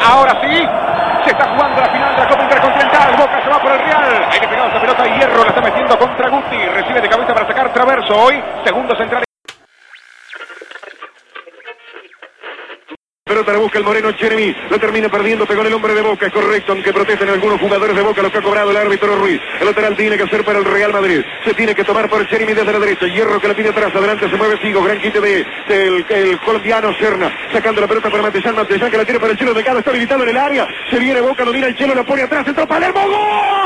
Ahora sí, se está jugando la final de la Copa Intercontinental. Boca se va por el Real. Ahí le pegado esa pelota y Hierro la está metiendo contra Guti. Recibe de cabeza para sacar Traverso. Hoy, segundo central. Pelota la busca el Moreno Jeremy, lo termina perdiendo, pegó en el hombre de Boca, es correcto, aunque protesten algunos jugadores de Boca lo que ha cobrado el árbitro Ruiz. El lateral tiene que hacer para el Real Madrid, se tiene que tomar por Jeremy desde la derecha, Hierro que la pide atrás, adelante se mueve Figo, gran quite del colombiano Serna, sacando la pelota para Matellán que la tiene para el Chelo de Cado, está limitado en el área, se viene Boca, domina el Chelo, la pone atrás, entró Palermo, ¡gol!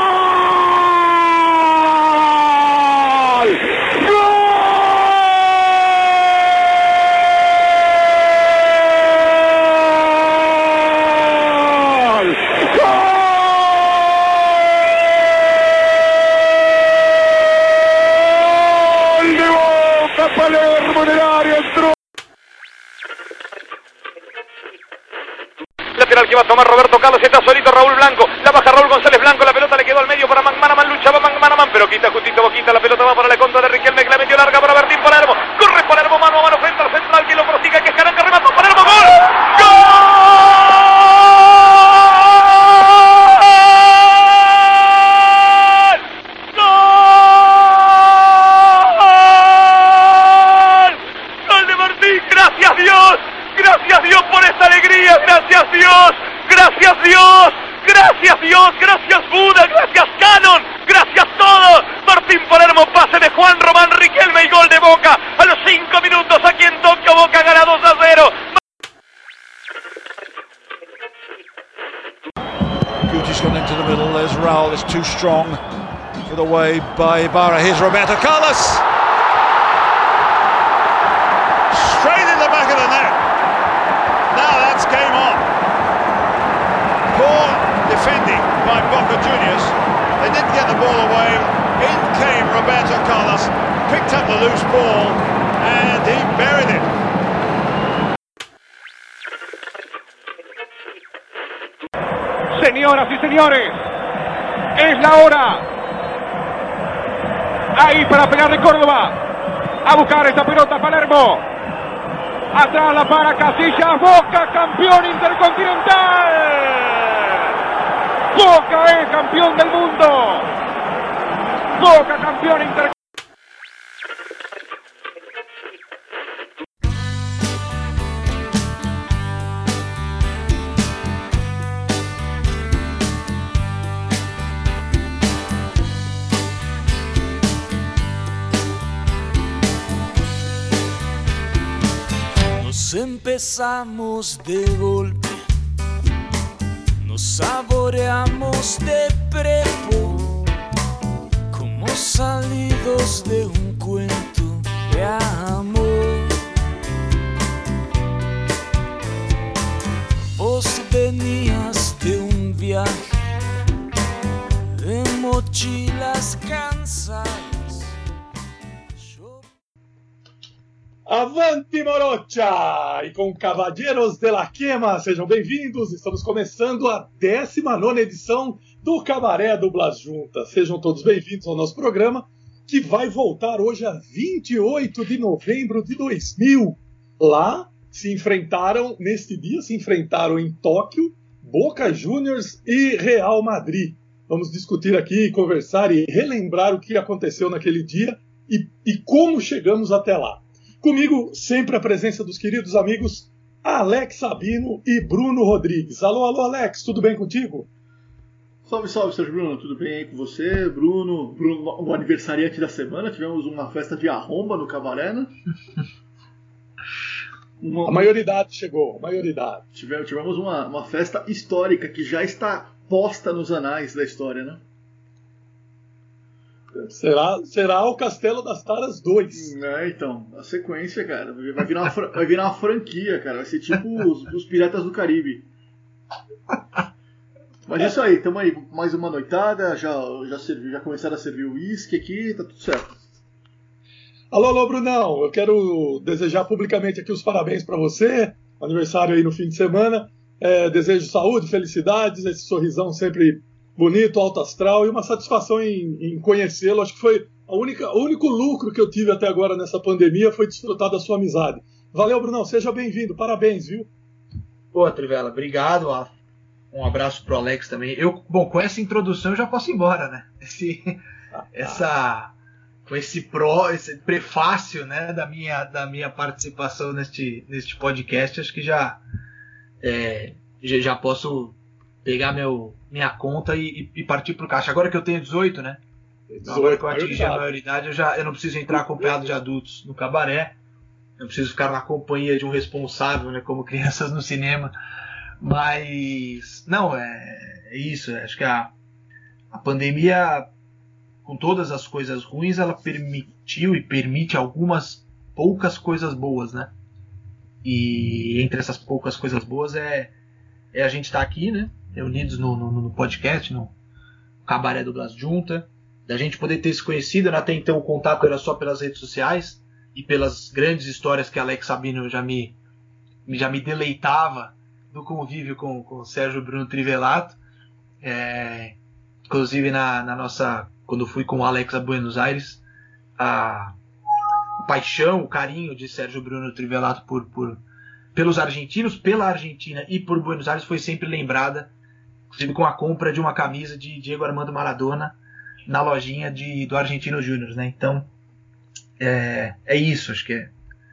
Palermo en el área, entró. Lateral que va a tomar Roberto Carlos, está solito Raúl Blanco, la baja Raúl González Blanco, la pelota le quedó al medio para Manaman, luchaba Manaman, pero quita justito Boquita, la pelota va para la contra de Riquelme, que la metió larga para Bertín Palermo, corre Palermo mano a mano frente al central, que lo prosiga, que es Caranca, remató Palermo, ¡gol! Gracias Dios por esta alegría, gracias Dios, gracias Buda, gracias Canon, gracias todos. Martín Palermo, pase de Juan Román Riquelme y gol de Boca a los 5 minutos aquí en Tokio. Boca gana 2-0. Guti's gone into the middle, there's Raul, it's too strong, put away by Ibarra, here's Roberto Carlos. Straight in the back of the net. Now that's game on. Poor defending by Boca Juniors. They didn't get the ball away. In came Roberto Carlos, picked up the loose ball and he buried it. Señoras y señores, es la hora. Ahí para pegar de Córdoba. A buscar esa pelota Palermo. Atrás la para Casillas, Boca campeón intercontinental. Boca es campeón del mundo. Boca campeón intercontinental. Empezamos de golpe, nos saboreamos de prepo, como salidos de un cuento de amor. Vos venías de un viaje de mochilas cansadas. Avante Morocha! E com Cavalheiros de la Quema, sejam bem-vindos, estamos começando a 19ª edição do Cabaré do Blas Junta. Sejam todos bem-vindos ao nosso programa, que vai voltar hoje a 28 de novembro de 2000. Lá neste dia se enfrentaram em Tóquio, Boca Juniors e Real Madrid. Vamos discutir aqui, conversar e relembrar o que aconteceu naquele dia e como chegamos até lá. Comigo, sempre a presença dos queridos amigos Alex Sabino e Bruno Rodrigues. Alô, Alex, tudo bem contigo? Salve, Sérgio Bruno, tudo bem aí com você? Bruno, o aniversariante da semana, tivemos uma festa de arromba no Cabaré, né? A maioridade chegou, a maioridade. Tivemos uma festa histórica que já está posta nos anais da história, né? Será o Castelo das Taras 2. Então, a sequência, cara, vai virar uma franquia, cara, vai ser tipo os Piratas do Caribe. Mas isso aí, tamo aí, mais uma noitada, já começaram a servir o uísque aqui, tá tudo certo. Alô, Brunão, eu quero desejar publicamente aqui os parabéns para você, aniversário aí no fim de semana, desejo saúde, felicidades, esse sorrisão sempre bonito, alto astral, e uma satisfação em conhecê-lo. Acho que foi o único lucro que eu tive até agora nessa pandemia, foi desfrutar da sua amizade. Valeu, Brunão, seja bem-vindo, parabéns, viu? Pô, Trivela, obrigado. Um abraço pro Alex também. Bom, com essa introdução eu já posso ir embora, né? Com esse prefácio, né, da minha participação neste podcast, acho que já posso pegar minha conta e partir pro caixa. Agora que eu tenho 18, né? Agora que eu atingi a maioridade, eu não preciso entrar acompanhado de adultos no cabaré. Eu preciso ficar na companhia de um responsável, né, como crianças no cinema. Mas, não, é isso. Acho que a pandemia, com todas as coisas ruins, ela permitiu e permite algumas poucas coisas boas, né? E entre essas poucas coisas boas é a gente estar aqui, né? Reunidos no podcast, no Cabaré do Blas Junta, da gente poder ter se conhecido, né? Até então o contato era só pelas redes sociais e pelas grandes histórias que Alex Sabino já me deleitava do convívio com o Sérgio Bruno Trivelato. Inclusive na nossa, quando fui com o Alex a Buenos Aires, a paixão, o carinho de Sérgio Bruno Trivelato pelos argentinos, pela Argentina e por Buenos Aires foi sempre lembrada, inclusive com a compra de uma camisa de Diego Armando Maradona na lojinha do Argentino Júnior, né? Então é isso, acho que é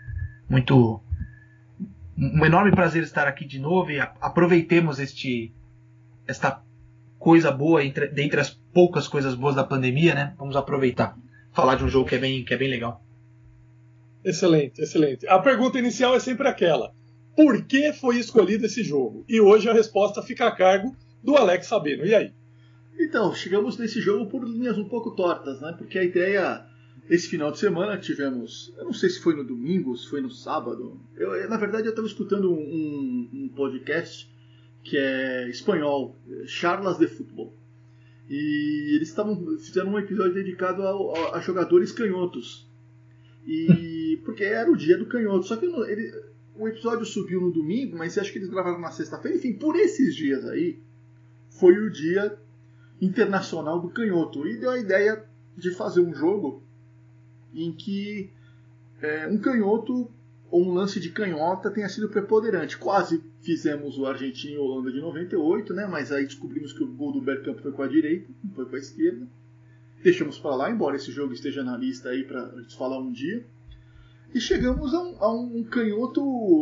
um enorme prazer estar aqui de novo e aproveitemos esta coisa boa dentre as poucas coisas boas da pandemia, né? Vamos aproveitar, falar de um jogo que é bem legal. Excelente, excelente. A pergunta inicial é sempre aquela: por que foi escolhido esse jogo? E hoje a resposta fica a cargo do Alex Sabino. E aí? Então, chegamos nesse jogo por linhas um pouco tortas, né? Porque a ideia, esse final de semana tivemos, eu não sei se foi no domingo, se foi no sábado. Na verdade, eu estava escutando um podcast que é espanhol, Charlas de Futebol. E eles fizeram um episódio dedicado a jogadores canhotos. E porque era o dia do canhoto. Só que o episódio subiu no domingo, mas acho que eles gravaram na sexta-feira. Enfim, por esses dias aí, foi o dia internacional do canhoto. E deu a ideia de fazer um jogo em que um canhoto ou um lance de canhota tenha sido preponderante. Quase fizemos o Argentina e Holanda de 98, né? Mas aí descobrimos que o gol do Bergkamp foi com a direita, não foi com a esquerda. Deixamos para lá, embora esse jogo esteja na lista aí para a gente falar um dia. E chegamos a um canhoto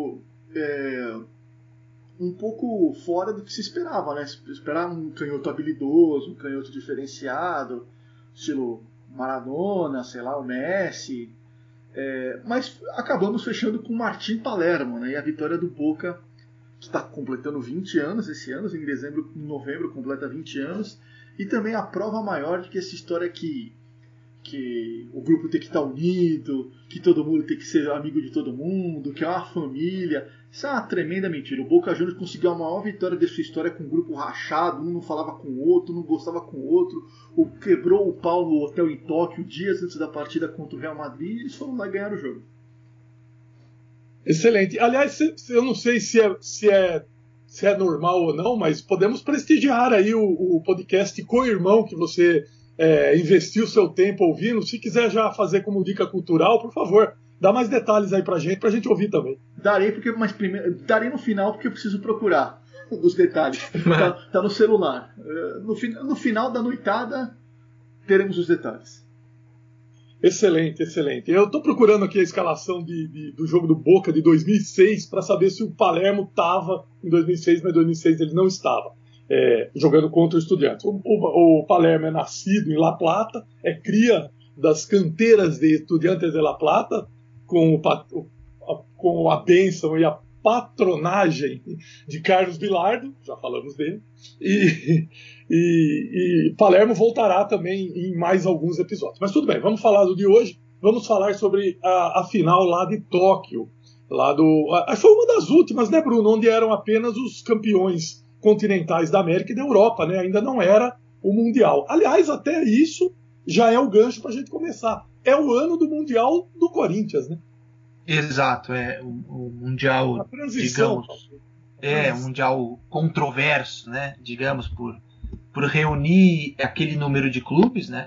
um pouco fora do que se esperava, né? Esperar um canhoto habilidoso, um canhoto diferenciado, estilo Maradona, sei lá, o Messi. Mas acabamos fechando com o Martín Palermo, né? E a vitória do Boca, que está completando 20 anos esse ano, em novembro completa 20 anos. E também a prova maior de que essa história que o grupo tem que estar unido, que todo mundo tem que ser amigo de todo mundo, que é uma família. Isso é uma tremenda mentira. O Boca Juniors conseguiu a maior vitória de sua história com um grupo rachado, um não falava com o outro, não gostava com o outro, quebrou o pau no hotel em Tóquio dias antes da partida contra o Real Madrid e eles foram lá ganhar o jogo. Excelente. Aliás, eu não sei se é normal ou não, mas podemos prestigiar aí o podcast Co-Irmão que você investiu seu tempo ouvindo. Se quiser já fazer como dica cultural, por favor, dá mais detalhes aí pra gente ouvir também. Darei no final porque eu preciso procurar os detalhes. Tá no celular. No final da noitada teremos os detalhes. Excelente, excelente. Eu estou procurando aqui a escalação do jogo do Boca de 2006 para saber se o Palermo estava em 2006, mas em 2006 ele não estava jogando contra o Estudiantes. O Palermo é nascido em La Plata, é cria das canteiras de Estudiantes de La Plata, com a bênção e a patronagem de Carlos Bilardo, já falamos dele, e Palermo voltará também em mais alguns episódios. Mas tudo bem, vamos falar do de hoje, vamos falar sobre a final lá de Tóquio, foi uma das últimas, né, Bruno, onde eram apenas os campeões continentais da América e da Europa, né, ainda não era o Mundial. Aliás, até isso já é o gancho para a gente começar. É o ano do Mundial do Corinthians, né? Exato, o Mundial, digamos, um Mundial controverso, né, digamos, por reunir aquele número de clubes, né,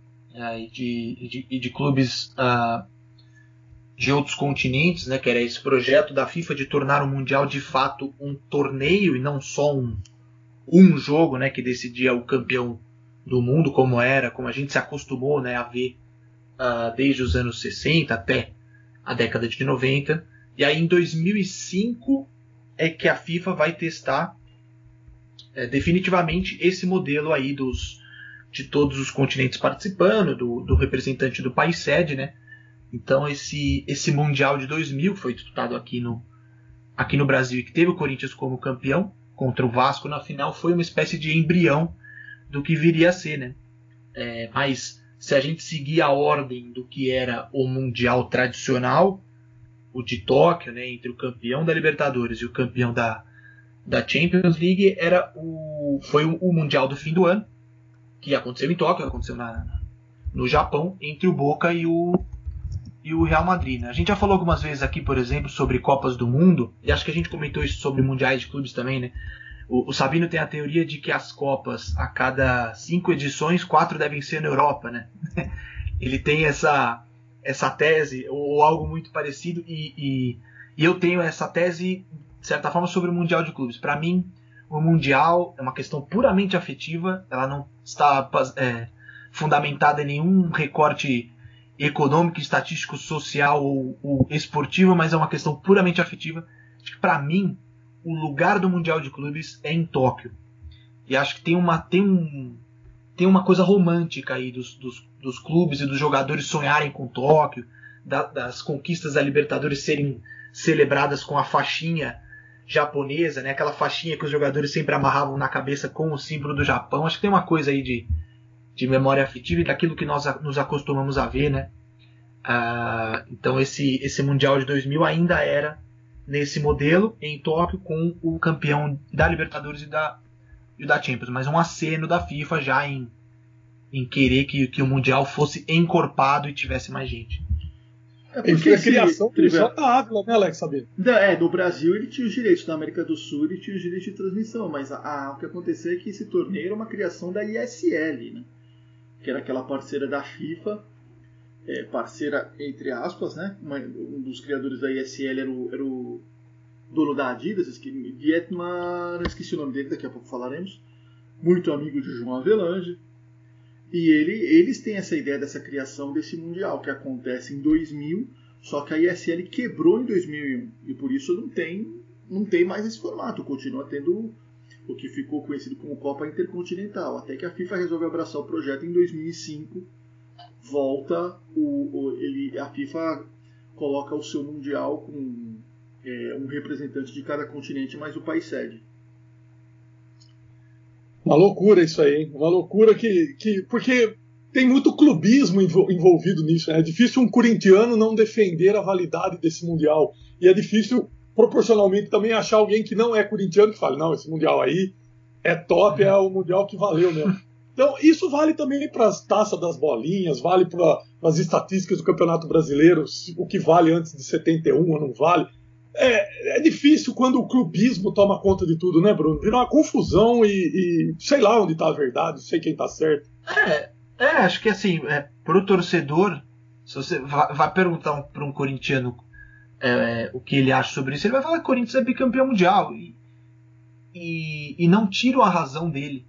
e de clubes de outros continentes, né, que era esse projeto da FIFA de tornar o Mundial de fato um torneio e não só um jogo, né, que decidia o campeão do mundo, como a gente se acostumou, né, a ver desde os anos 60 até a década de 90. E aí em 2005 é que a FIFA vai testar definitivamente esse modelo aí de todos os continentes participando, do representante do país sede, né? Então esse Mundial de 2000, que foi disputado aqui no Brasil e que teve o Corinthians como campeão contra o Vasco na final, foi uma espécie de embrião do que viria a ser, né? Mas se a gente seguir a ordem do que era o Mundial tradicional, o de Tóquio, né, entre o campeão da Libertadores e o campeão da Champions League, foi o Mundial do fim do ano, que aconteceu em Tóquio, aconteceu no Japão, entre o Boca e o Real Madrid, né? A gente já falou algumas vezes aqui, por exemplo, sobre Copas do Mundo, e acho que a gente comentou isso sobre Mundiais de Clubes também, né? O Sabino tem a teoria de que as Copas, a cada 5 edições, 4 devem ser na Europa, né? Ele tem essa tese, ou algo muito parecido, e eu tenho essa tese, de certa forma, sobre o Mundial de Clubes. Para mim, o Mundial é uma questão puramente afetiva, ela não está fundamentada em nenhum recorte econômico, estatístico, social ou esportivo, mas é uma questão puramente afetiva. Acho que, para mim, o lugar do Mundial de Clubes é em Tóquio. E acho que tem uma coisa romântica aí dos clubes e dos jogadores sonharem com Tóquio, das conquistas da Libertadores serem celebradas com a faixinha japonesa, né? Aquela faixinha que os jogadores sempre amarravam na cabeça com o símbolo do Japão. Acho que tem uma coisa aí de memória afetiva e daquilo que nós nos acostumamos a ver, né? Então esse Mundial de 2000 ainda era nesse modelo, em Tóquio, com o campeão da Libertadores e da Champions, mas um aceno da FIFA já em querer que o Mundial fosse encorpado e tivesse mais gente. Porque a criação do da Ávila, né, Alex? Sabia? No Brasil ele tinha os direitos, na América do Sul ele tinha os direitos de transmissão, mas o que aconteceu é que esse torneio era uma criação da ISL, né? Que era aquela parceira da FIFA, parceira entre aspas, né? Um dos criadores da ISL era o dono da Adidas, Vietman, esqueci o nome dele, daqui a pouco falaremos, muito amigo de João Avelange, e eles têm essa ideia dessa criação desse Mundial, que acontece em 2000, só que a ISL quebrou em 2001, e por isso não tem mais esse formato, continua tendo o que ficou conhecido como Copa Intercontinental, até que a FIFA resolve abraçar o projeto em 2005, volta, a FIFA coloca o seu Mundial com um representante de cada continente, mais o país sede. Uma loucura isso aí, hein? Uma loucura porque tem muito clubismo envolvido nisso, né? É difícil um corintiano não defender a validade desse Mundial, e é difícil proporcionalmente também achar alguém que não é corintiano que fale, não, esse Mundial aí é top, é o Mundial que valeu mesmo. Então, isso vale também para as taças das bolinhas, vale para as estatísticas do Campeonato Brasileiro, o que vale antes de 71 ou não vale. É difícil quando o clubismo toma conta de tudo, né, Bruno? Vira uma confusão e sei lá onde está a verdade, sei quem está certo. Acho que assim, pro torcedor, se você vai perguntar para um corintiano o que ele acha sobre isso, ele vai falar que o Corinthians é bicampeão mundial e não tiro a razão dele.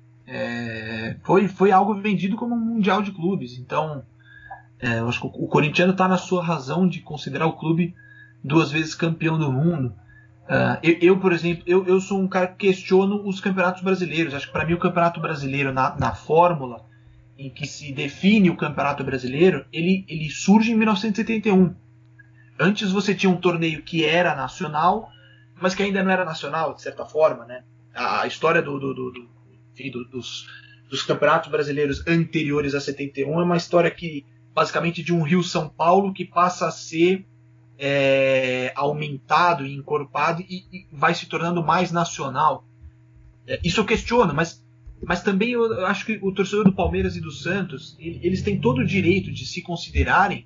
Foi algo vendido como um Mundial de Clubes, então eu acho que o corintiano está na sua razão de considerar o clube 2 vezes campeão do mundo. Eu, por exemplo, eu sou um cara que questiono os campeonatos brasileiros. Acho que para mim o campeonato brasileiro, na fórmula em que se define o campeonato brasileiro, ele surge em 1971. Antes você tinha um torneio que era nacional, mas que ainda não era nacional, de certa forma, né? A história dos campeonatos brasileiros anteriores a 71 é uma história que, basicamente, de um Rio-São Paulo que passa a ser aumentado e encorpado e vai se tornando mais nacional. Isso eu questiono, mas também eu acho que o torcedor do Palmeiras e do Santos, eles têm todo o direito de se considerarem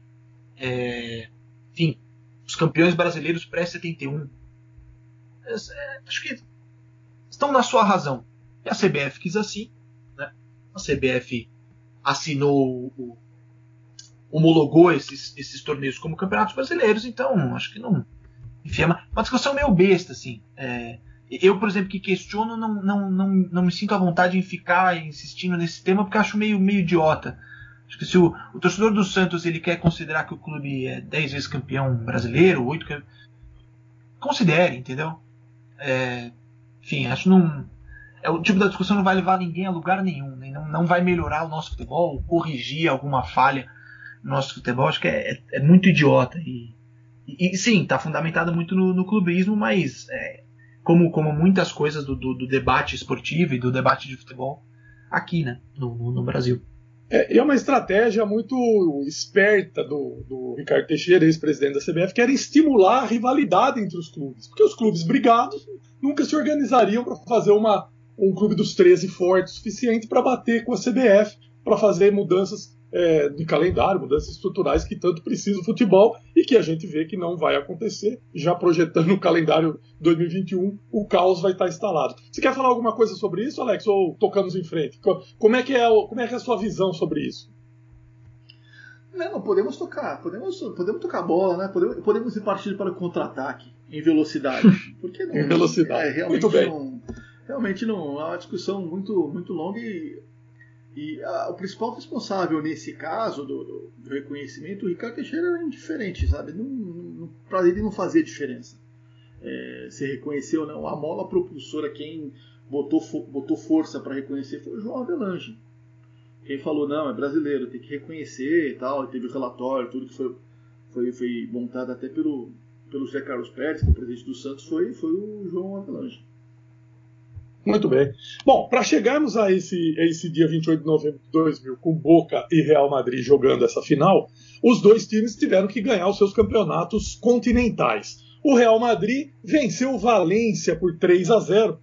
os campeões brasileiros pré-71. Acho que estão na sua razão. E a CBF quis assim, né? A CBF assinou, homologou esses torneios como campeonatos brasileiros, então acho que não. Enfim, é uma discussão meio besta, assim. Eu, por exemplo, que questiono, não me sinto à vontade em ficar insistindo nesse tema, porque acho meio idiota. Acho que se o torcedor do Santos ele quer considerar que o clube é 10 vezes campeão brasileiro, 8 considere, entendeu? Enfim, acho que não... É o tipo da discussão não vai levar ninguém a lugar nenhum, né? Não vai melhorar o nosso futebol, corrigir alguma falha no nosso futebol. Acho que é muito idiota. E sim, está fundamentado muito no clubismo, mas como muitas coisas do debate esportivo e do debate de futebol aqui, né, no Brasil. É uma estratégia muito esperta do Ricardo Teixeira, ex-presidente da CBF, que era estimular a rivalidade entre os clubes. Porque os clubes brigados nunca se organizariam para fazer um clube dos 13 forte o suficiente para bater com a CBF, para fazer mudanças de calendário, mudanças estruturais que tanto precisa o futebol e que a gente vê que não vai acontecer. Já projetando o calendário 2021, o caos vai estar instalado. Você quer falar alguma coisa sobre isso, Alex, ou tocamos em frente? Como é que é a sua visão sobre isso? Não, podemos tocar a bola, né? Podemos ir partir para o contra-ataque em velocidade. Por que não? Em velocidade. Muito bem. Realmente não, é uma discussão muito, muito longa e o principal responsável nesse caso do reconhecimento, o Ricardo Teixeira, era indiferente, sabe? Para ele não fazia diferença se reconheceu ou não. A mola propulsora, quem botou força para reconhecer foi o João Avelange. Quem falou, não, é brasileiro, tem que reconhecer e tal, e teve o relatório, tudo que foi montado até pelo José Carlos Pérez, que é o presidente do Santos, foi o João Avelange. Muito bem. Bom, para chegarmos a esse dia 28 de novembro de 2000, com Boca e Real Madrid jogando essa final, os dois times tiveram que ganhar os seus campeonatos continentais. O Real Madrid venceu o Valência por 3-0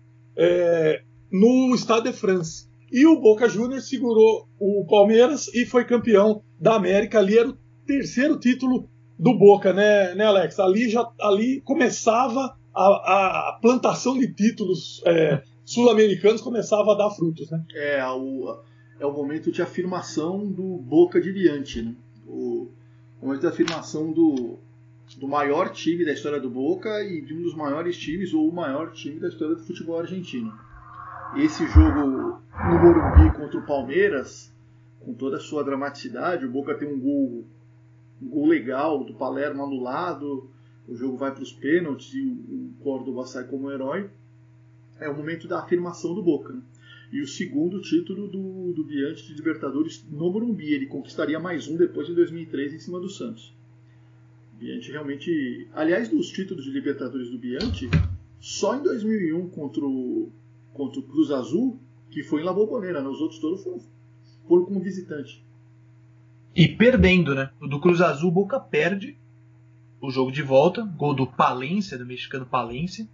no Stade de France. E o Boca Juniors segurou o Palmeiras e foi campeão da América. Ali era o terceiro título do Boca, né Alex? Ali começava a plantação de títulos sul-americanos, começava a dar frutos, né? É o momento de afirmação do Boca de diante, né? O momento de afirmação do maior time da história do Boca e de um dos maiores times, ou o maior time da história do futebol argentino. Esse jogo no Morumbi contra o Palmeiras, com toda a sua dramaticidade, o Boca tem um gol legal do Palermo anulado, o jogo vai para os pênaltis e o Córdoba sai como herói. É o momento da afirmação do Boca, né? E o segundo título do Bianchi de Libertadores no Morumbi. Ele conquistaria mais um depois em 2003 em cima do Santos. Bianchi realmente... Aliás, dos títulos de Libertadores do Bianchi, só em 2001 contra o Cruz Azul, que foi em La Bombonera, né? Os outros todos foram como visitante. E perdendo, né? O do Cruz Azul, o Boca perde o jogo de volta, gol do Palencia, do mexicano Palencia.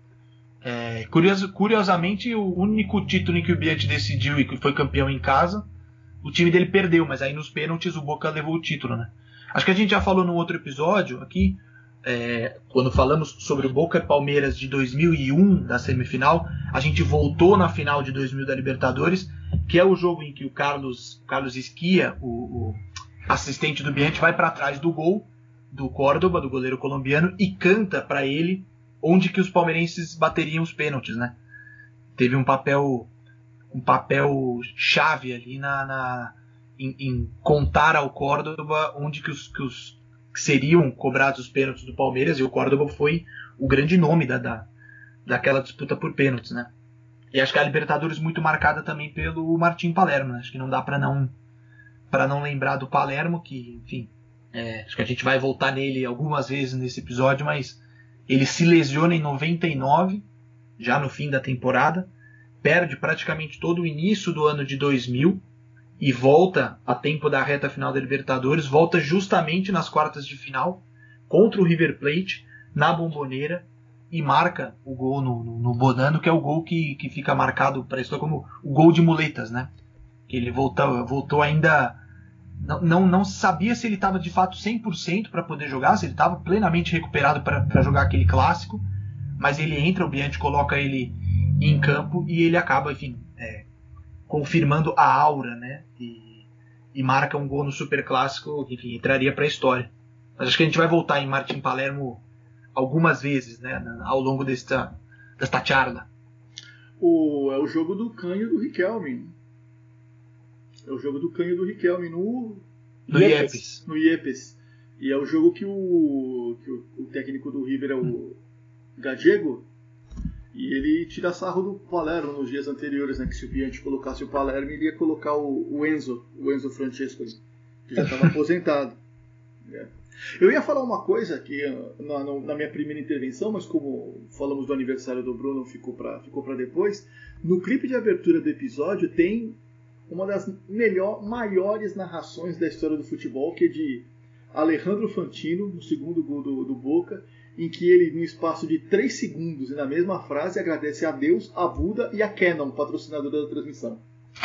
Curiosamente, o único título em que o Bianchi decidiu e que foi campeão em casa, o time dele perdeu, mas aí nos pênaltis o Boca levou o título, né? Acho que a gente já falou num outro episódio aqui, quando falamos sobre o Boca e Palmeiras de 2001, da semifinal, a gente voltou na final de 2000 da Libertadores, que é o jogo em que o Carlos Esquia, o assistente do Bianchi, vai para trás do gol do Córdoba, do goleiro colombiano, e canta para ele onde que os palmeirenses bateriam os pênaltis, né? Teve um papel chave ali em contar ao Córdoba onde que seriam cobrados os pênaltis do Palmeiras, e o Córdoba foi o grande nome daquela disputa por pênaltis, né? E acho que a Libertadores muito marcada também pelo Martim Palermo, né? Acho que não dá para não lembrar do Palermo, que, enfim, acho que a gente vai voltar nele algumas vezes nesse episódio, mas ele se lesiona em 99, já no fim da temporada, perde praticamente todo o início do ano de 2000 e volta a tempo da reta final da Libertadores, volta justamente nas quartas de final contra o River Plate, na Bombonera, e marca o gol no Bonano, que é o gol que fica marcado para isso como o gol de muletas, né? Que ele voltou ainda... Não sabia se ele estava de fato 100% para poder jogar, se ele estava plenamente recuperado para jogar aquele clássico, mas ele entra, o Bianchi coloca ele em campo e ele acaba, enfim, confirmando a aura, né? E marca um gol no Superclássico, que, enfim, entraria para a história. Mas acho que a gente vai voltar em Martim Palermo algumas vezes, né, ao longo desta charla. É o jogo do Canho do Riquelme. É o jogo do Canho do Riquelme no Yepes. E é o jogo que o técnico do River é o Gallego. E ele tira sarro do Palermo nos dias anteriores, né? Que se o Bianchi colocasse o Palermo, ele ia colocar o Enzo Francesco, que já estava aposentado. Eu ia falar uma coisa que na minha primeira intervenção, mas como falamos do aniversário do Bruno, ficou para depois. No clipe de abertura do episódio tem uma das maiores narrações da história do futebol, que é de Alejandro Fantino, no segundo gol do Boca, em que ele, no espaço de 3 segundos e na mesma frase, agradece a Deus, a Buda e a Canon, patrocinadora da transmissão.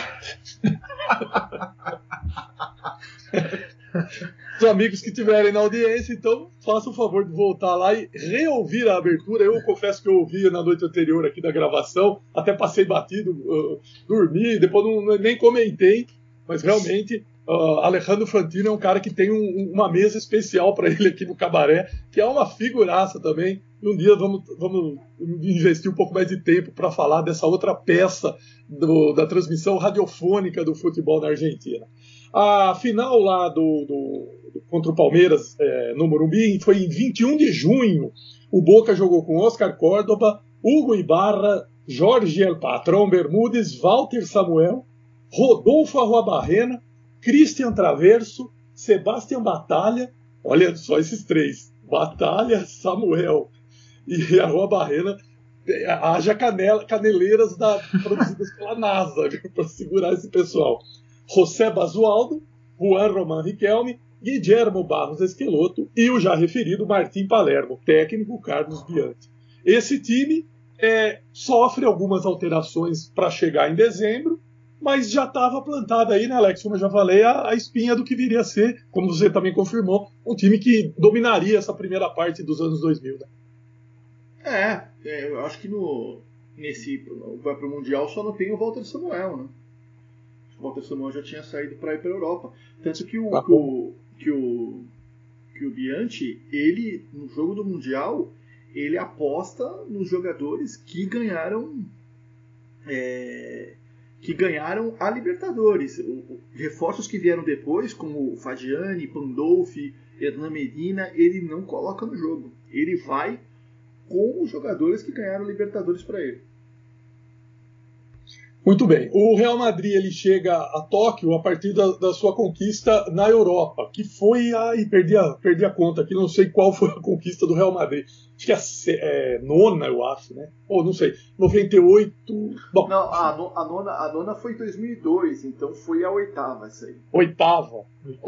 Os amigos que estiverem na audiência, então façam o favor de voltar lá e reouvir a abertura. Eu confesso que eu ouvi na noite anterior aqui da gravação, até passei batido, dormi, depois nem comentei, mas realmente Alejandro Fantino é um cara que tem uma mesa especial para ele aqui no Cabaré, que é uma figuraça também. E um dia vamos investir um pouco mais de tempo para falar dessa outra peça da transmissão radiofônica do futebol na Argentina. A final lá contra o Palmeiras no Morumbi foi em 21 de junho. O Boca jogou com Oscar Córdoba, Hugo Ibarra, Jorge El Patrão Bermúdez, Walter Samuel, Rodolfo Arruabarrena, Christian Traverso, Sebastián Batalha, olha só esses 3, Batalha, Samuel e Arruabarrena, haja caneleiras produzidas pela NASA para segurar esse pessoal. José Basualdo, Juan Román Riquelme, Guillermo Barros Esqueloto e o já referido Martim Palermo, técnico Carlos Bianchi. Esse time sofre algumas alterações para chegar em dezembro, mas já estava plantada aí, né, Alex? Como eu já falei, a espinha do que viria a ser, como você também confirmou, um time que dominaria essa primeira parte dos anos 2000. Né? Eu acho que vai para o Mundial só não tem o Walter Samuel, né? O Walter Samuel já tinha saído para ir para a Europa. Tanto que o Bianchi, ele, no jogo do Mundial, ele aposta nos jogadores que ganharam a Libertadores. Reforços que vieram depois, como Fadiani, Pandolfi, Hernan Medina, ele não coloca no jogo. Ele vai com os jogadores que ganharam a Libertadores para ele. Muito bem. O Real Madrid ele chega a Tóquio a partir da sua conquista na Europa, que foi perdi a conta aqui, não sei qual foi a conquista do Real Madrid. Acho que é nona, eu acho, né? Ou não sei, 98... Bom, não, a nona foi em 2002, então foi a oitava essa aí. Oitava.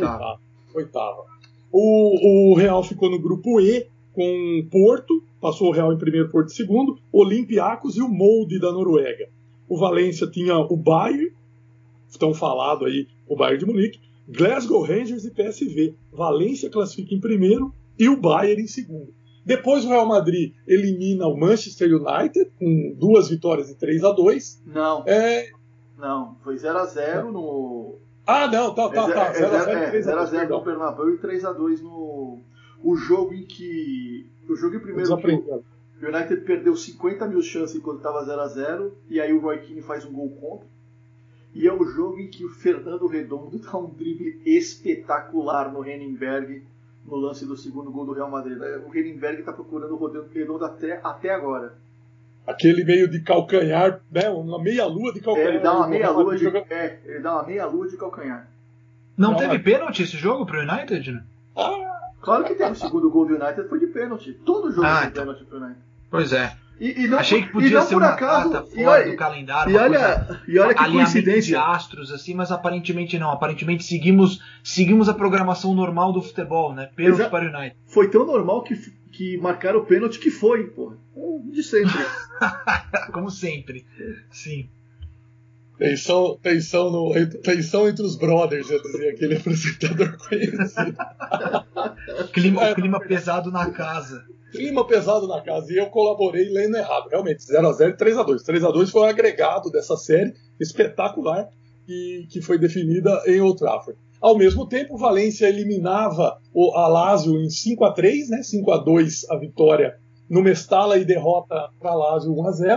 O Real ficou no grupo E com Porto, passou o Real em primeiro, Porto em segundo, Olympiacos e o Molde da Noruega. O Valência tinha o Bayern, tão falado aí, o Bayern de Munique, Glasgow Rangers e PSV. Valência classifica em primeiro e o Bayern em segundo. Depois o Real Madrid elimina o Manchester United com 2 vitórias e 3-2. Não, foi 0-0 no... Não, tá. 0-0 no Bernabéu e 3-2 no... O jogo em primeiro que o United perdeu 50 mil chances quando estava 0-0, e aí o Roy Keane faz um gol contra. E é o jogo em que o Fernando Redondo dá um drible espetacular no Henningsberg, no lance do segundo gol do Real Madrid. O Henningsberg está procurando o Redondo até agora. Aquele meio de calcanhar, né? Uma meia-lua de calcanhar. Ele dá uma meia-lua de calcanhar. Não teve pênalti esse jogo pro United, né? Claro que teve. O segundo gol do United foi de pênalti. Todo jogo foi de pênalti pro United. Pois é. E não, achei que podia ser uma data fora do calendário. E olha que coincidência. De astros, assim, mas aparentemente não. Aparentemente seguimos a programação normal do futebol, né? Pênalti para o United. Foi tão normal que marcaram o pênalti que foi, pô. De sempre. Como sempre. Sim. Tensão entre os brothers, eu dizia, aquele apresentador conhecido. Clima pesado na casa. Clima pesado na casa. E eu colaborei lendo errado. Realmente, 0-0 e 3-2. 3-2 foi o agregado dessa série espetacular que foi definida em Old Trafford. Ao mesmo tempo, o Valência eliminava a Lazio em 5-3, né? 5-2 a vitória no Mestalla e derrota para a Lazio 1-0.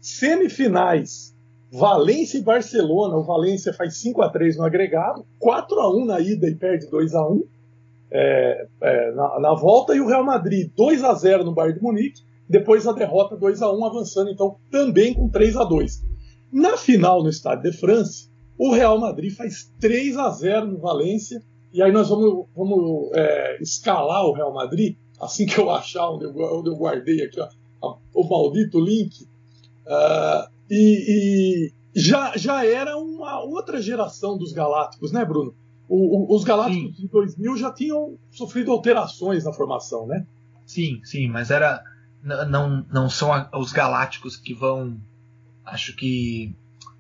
Semifinais, Valência e Barcelona. O Valência faz 5-3 no agregado, 4-1 na ida e perde 2-1 na volta, e o Real Madrid 2-0 no Bayern de Munique, depois a derrota 2-1, avançando então também com 3-2. Na final, no Stade de France, o Real Madrid faz 3-0 no Valência, e aí nós vamos escalar o Real Madrid, assim que eu achar onde eu guardei aqui o maldito link. E já era uma outra geração dos Galácticos, né, Bruno? Os Galácticos de 2000 já tinham sofrido alterações na formação, né? Sim, mas não são os Galácticos que vão, acho que,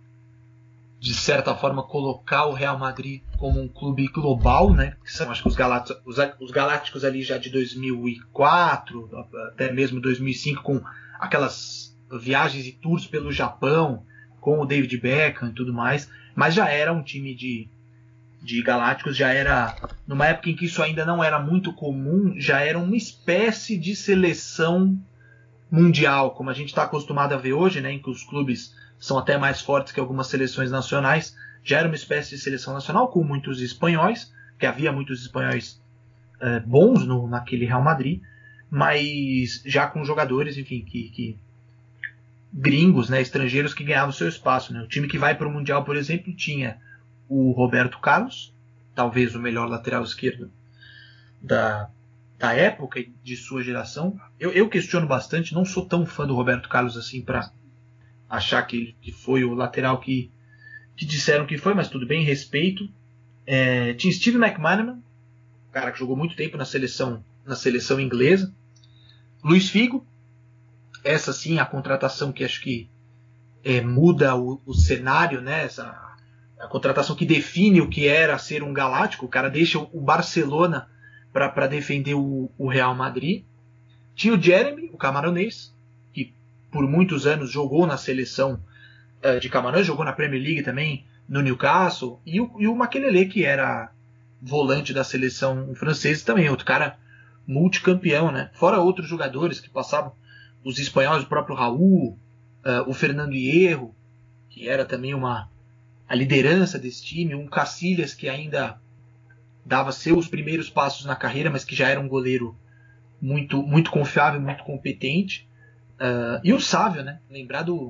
de certa forma, colocar o Real Madrid como um clube global, né? São, acho que os Galácticos ali já de 2004, até mesmo 2005, com aquelas viagens e tours pelo Japão, com o David Beckham e tudo mais, mas já era um time de Galácticos, já era, numa época em que isso ainda não era muito comum, já era uma espécie de seleção mundial, como a gente está acostumado a ver hoje, né, em que os clubes são até mais fortes que algumas seleções nacionais. Já era uma espécie de seleção nacional com muitos espanhóis, que havia muitos espanhóis bons naquele Real Madrid, mas já com jogadores, enfim, que gringos, né, estrangeiros, que ganhavam seu espaço, né. O time que vai para o Mundial, por exemplo, tinha o Roberto Carlos, talvez o melhor lateral esquerdo da época e de sua geração. Eu questiono bastante, não sou tão fã do Roberto Carlos assim para achar que foi o lateral que disseram que foi, mas tudo bem, respeito. Tinha Steve McManaman, cara que jogou muito tempo na seleção inglesa. Luiz Figo, essa sim a contratação que acho que muda o cenário, né? A contratação que define o que era ser um galáctico. O cara deixa o Barcelona para defender o Real Madrid. Tinha o Jeremy, o camaronês, que por muitos anos jogou na seleção de Camarões, jogou na Premier League também, no Newcastle, e o Makelele, que era volante da seleção francesa também, outro cara multicampeão, né? Fora outros jogadores que passavam, os espanhóis, o próprio Raul, o Fernando Hierro, que era também a liderança desse time, um Casillas que ainda dava seus primeiros passos na carreira, mas que já era um goleiro muito, muito confiável, muito competente, e o Sávio, né? Lembrar do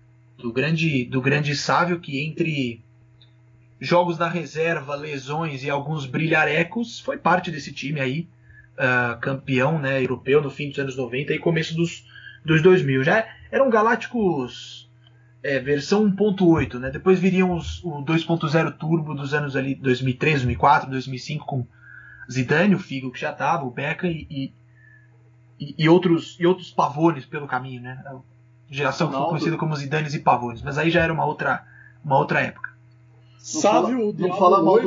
grande Sávio, que entre jogos da reserva, lesões e alguns brilharecos, foi parte desse time aí, campeão, né, europeu no fim dos anos 90 e começo dos 2000. Já eram Galácticos versão 1.8, né? Depois viriam o 2.0 turbo dos anos ali 2003, 2004, 2005 com Zidane, o Figo que já estava, o Beckham e outros Pavones pelo caminho, né? A geração que foi conhecida como Zidanes e Pavones, mas aí já era uma outra época. Não fala mal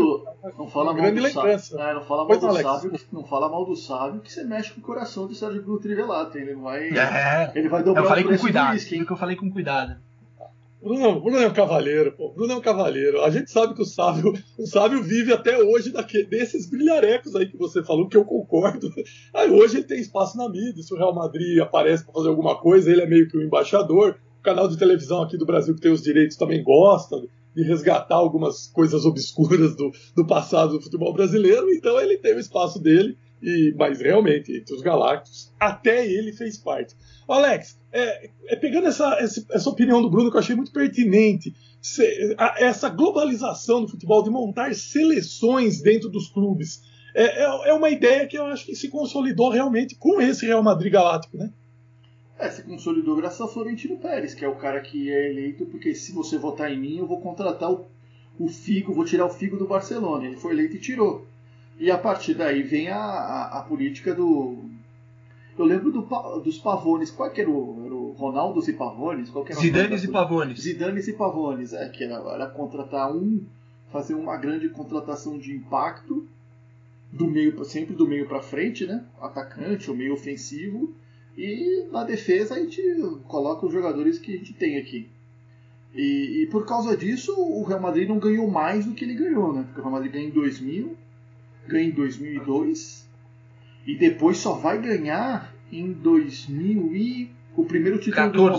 do Sávio, que você mexe com o coração do Sérgio Bruno Trivelato. Ele vai dobrar o preço do whisky. Eu falei com cuidado. Bruno é um cavaleiro, pô. Bruno é um cavaleiro. A gente sabe que o Sávio vive até hoje desses brilharecos aí que você falou, que eu concordo. Aí hoje ele tem espaço na mídia. Se o Real Madrid aparece para fazer alguma coisa, ele é meio que o embaixador. O canal de televisão aqui do Brasil, que tem os direitos, também gosta de resgatar algumas coisas obscuras do passado do futebol brasileiro. Então ele tem o espaço dele. Mas realmente, entre os Galácticos, até ele fez parte. Alex, pegando essa opinião do Bruno, que eu achei muito pertinente, essa globalização do futebol, de montar seleções dentro dos clubes, é uma ideia que eu acho que se consolidou realmente com esse Real Madrid Galáctico, né? Se consolidou graças ao Florentino Pérez, que é o cara que é eleito, porque se você votar em mim, eu vou contratar o Figo, vou tirar o Figo do Barcelona. Ele foi eleito e tirou. E a partir daí vem a política do... Eu lembro dos Pavones. Qual que era o Ronaldos e Pavones? Zidanes e Pavones. Zidanes e Pavones. Que era contratar fazer uma grande contratação de impacto, sempre do meio para frente, né? Atacante ou meio ofensivo. E na defesa a gente coloca os jogadores que a gente tem aqui. E por causa disso o Real Madrid não ganhou mais do que ele ganhou, né? Porque o Real Madrid ganha em 2000, ganha em 2002 e depois só vai ganhar em 2000 e o primeiro título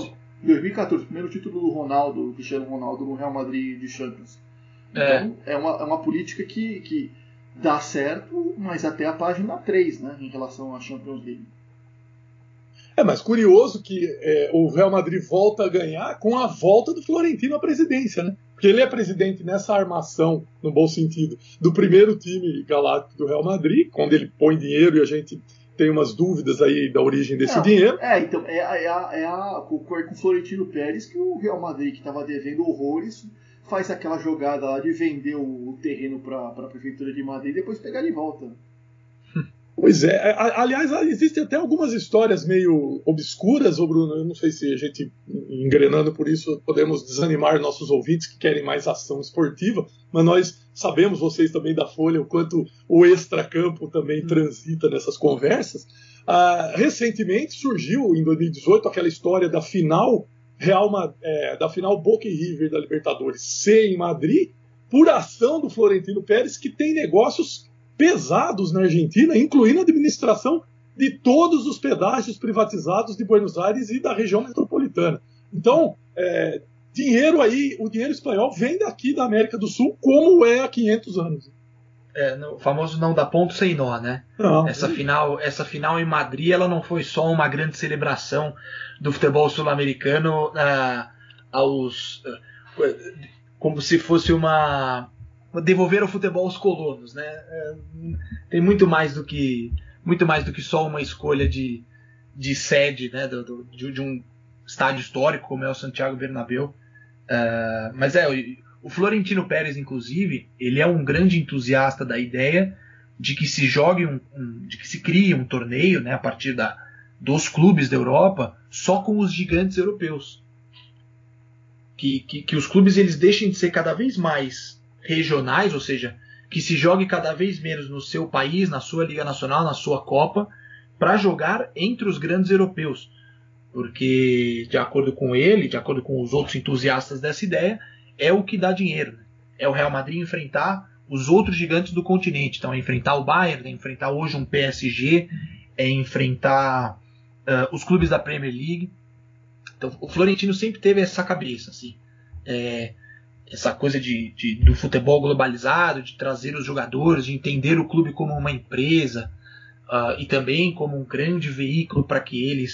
2014, primeiro título do Ronaldo, do Cristiano Ronaldo no Real Madrid de Champions. Então, é uma política que dá certo, mas até a página 3, né, em relação à Champions League. Mas curioso que o Real Madrid volta a ganhar com a volta do Florentino à presidência, né? Porque ele é presidente nessa armação, no bom sentido, do primeiro time galáctico do Real Madrid, quando ele põe dinheiro e a gente tem umas dúvidas aí da origem desse dinheiro. Então, com o Florentino Pérez que o Real Madrid, que estava devendo horrores, faz aquela jogada lá de vender o terreno para a Prefeitura de Madrid e depois pegar de volta. Pois é, aliás, existem até algumas histórias meio obscuras, Bruno. Eu não sei se a gente, engrenando por isso, podemos desanimar nossos ouvintes que querem mais ação esportiva, mas nós sabemos, vocês também da Folha, o quanto o extracampo também transita nessas conversas. Recentemente surgiu, em 2018, aquela história da final da final Boca e River da Libertadores C em Madrid, por ação do Florentino Pérez, que tem negócios pesados na Argentina, incluindo a administração de todos os pedágios privatizados de Buenos Aires e da região metropolitana. Então, o dinheiro espanhol vem daqui da América do Sul, como é há 500 anos. O famoso não dá ponto sem nó, né? Não. Essa final em Madrid, ela não foi só uma grande celebração do futebol sul-americano como se fosse devolver o futebol aos colonos, né? Tem muito mais do que só uma escolha de sede, né? De um estádio histórico como é o Santiago Bernabéu. Mas o Florentino Pérez, inclusive, ele é um grande entusiasta da ideia de que se de que se crie um torneio, né, a partir dos clubes da Europa, só com os gigantes europeus. Que os clubes eles deixem de ser cada vez mais regionais, ou seja, que se jogue cada vez menos no seu país, na sua Liga Nacional, na sua Copa, para jogar entre os grandes europeus. Porque, de acordo com ele, de acordo com os outros entusiastas dessa ideia, é o que dá dinheiro. Né? É o Real Madrid enfrentar os outros gigantes do continente. Então, é enfrentar o Bayern, é enfrentar hoje um PSG, é enfrentar os clubes da Premier League. Então, o Florentino sempre teve essa cabeça, assim, essa coisa do futebol globalizado, de trazer os jogadores, de entender o clube como uma empresa e também como um grande veículo para que ele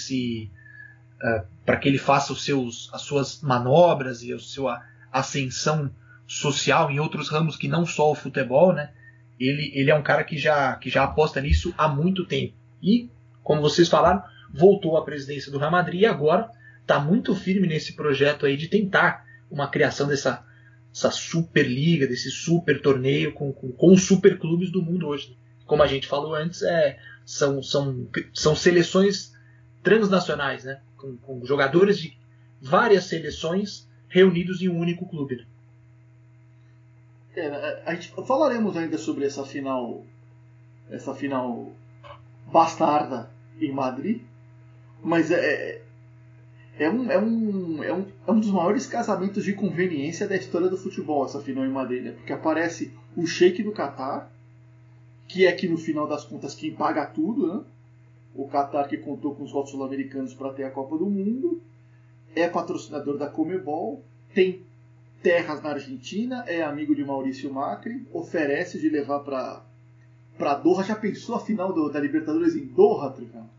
faça as suas manobras e a sua ascensão social em outros ramos que não só o futebol, né? Ele é um cara que já aposta nisso há muito tempo. E, como vocês falaram, voltou à presidência do Real Madrid e agora está muito firme nesse projeto aí de tentar uma criação dessa Superliga, desse super torneio com os superclubes do mundo hoje. Como a gente falou antes, são seleções transnacionais, né? Com jogadores de várias seleções reunidos em um único clube. Falaremos ainda sobre essa final bastarda em Madrid, mas é um dos maiores casamentos de conveniência da história do futebol, essa final em Madrid, né? Porque aparece o Sheik do Catar, que é que no final das contas quem paga tudo, né? O Catar que contou com os votos sul-americanos para ter a Copa do Mundo, é patrocinador da Comebol, tem terras na Argentina, é amigo de Maurício Macri, oferece de levar para Doha. Já pensou a final da Libertadores em Doha, Tricão?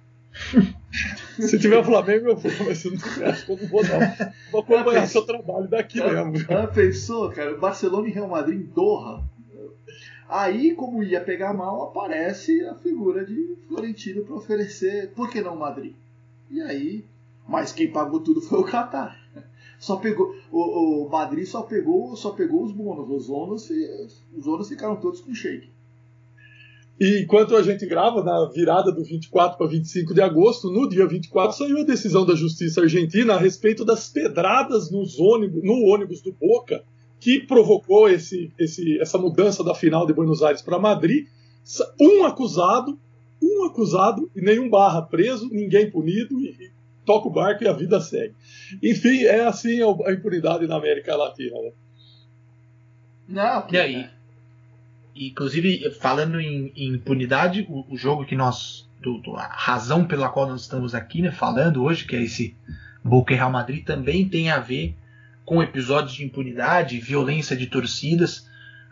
Se tiver o Flamengo, eu vou, mas se não tiver, acho que eu não vou não. Vou acompanhar seu trabalho daqui mesmo. Pensou, cara? Barcelona e Real Madrid em Doha. Aí, como ia pegar mal, aparece a figura de Florentino para oferecer, por que não Madrid? E aí, mas quem pagou tudo foi o Catar. Só pegou, o Madrid só pegou os bônus, os ônus ficaram todos com o Sheik. E enquanto a gente grava, na virada do 24 para 25 de agosto, no dia 24, saiu a decisão da Justiça Argentina a respeito das pedradas no ônibus do Boca, que provocou essa mudança da final de Buenos Aires para Madrid. Um acusado e nenhum barra preso, ninguém punido, e toca o barco e a vida segue. Enfim, é assim a impunidade na América Latina. Né? Não, e aí? Inclusive, falando em impunidade, o jogo que a razão pela qual nós estamos aqui, né, falando hoje, que é esse Boca e Real Madrid também tem a ver com episódios de impunidade, violência de torcidas,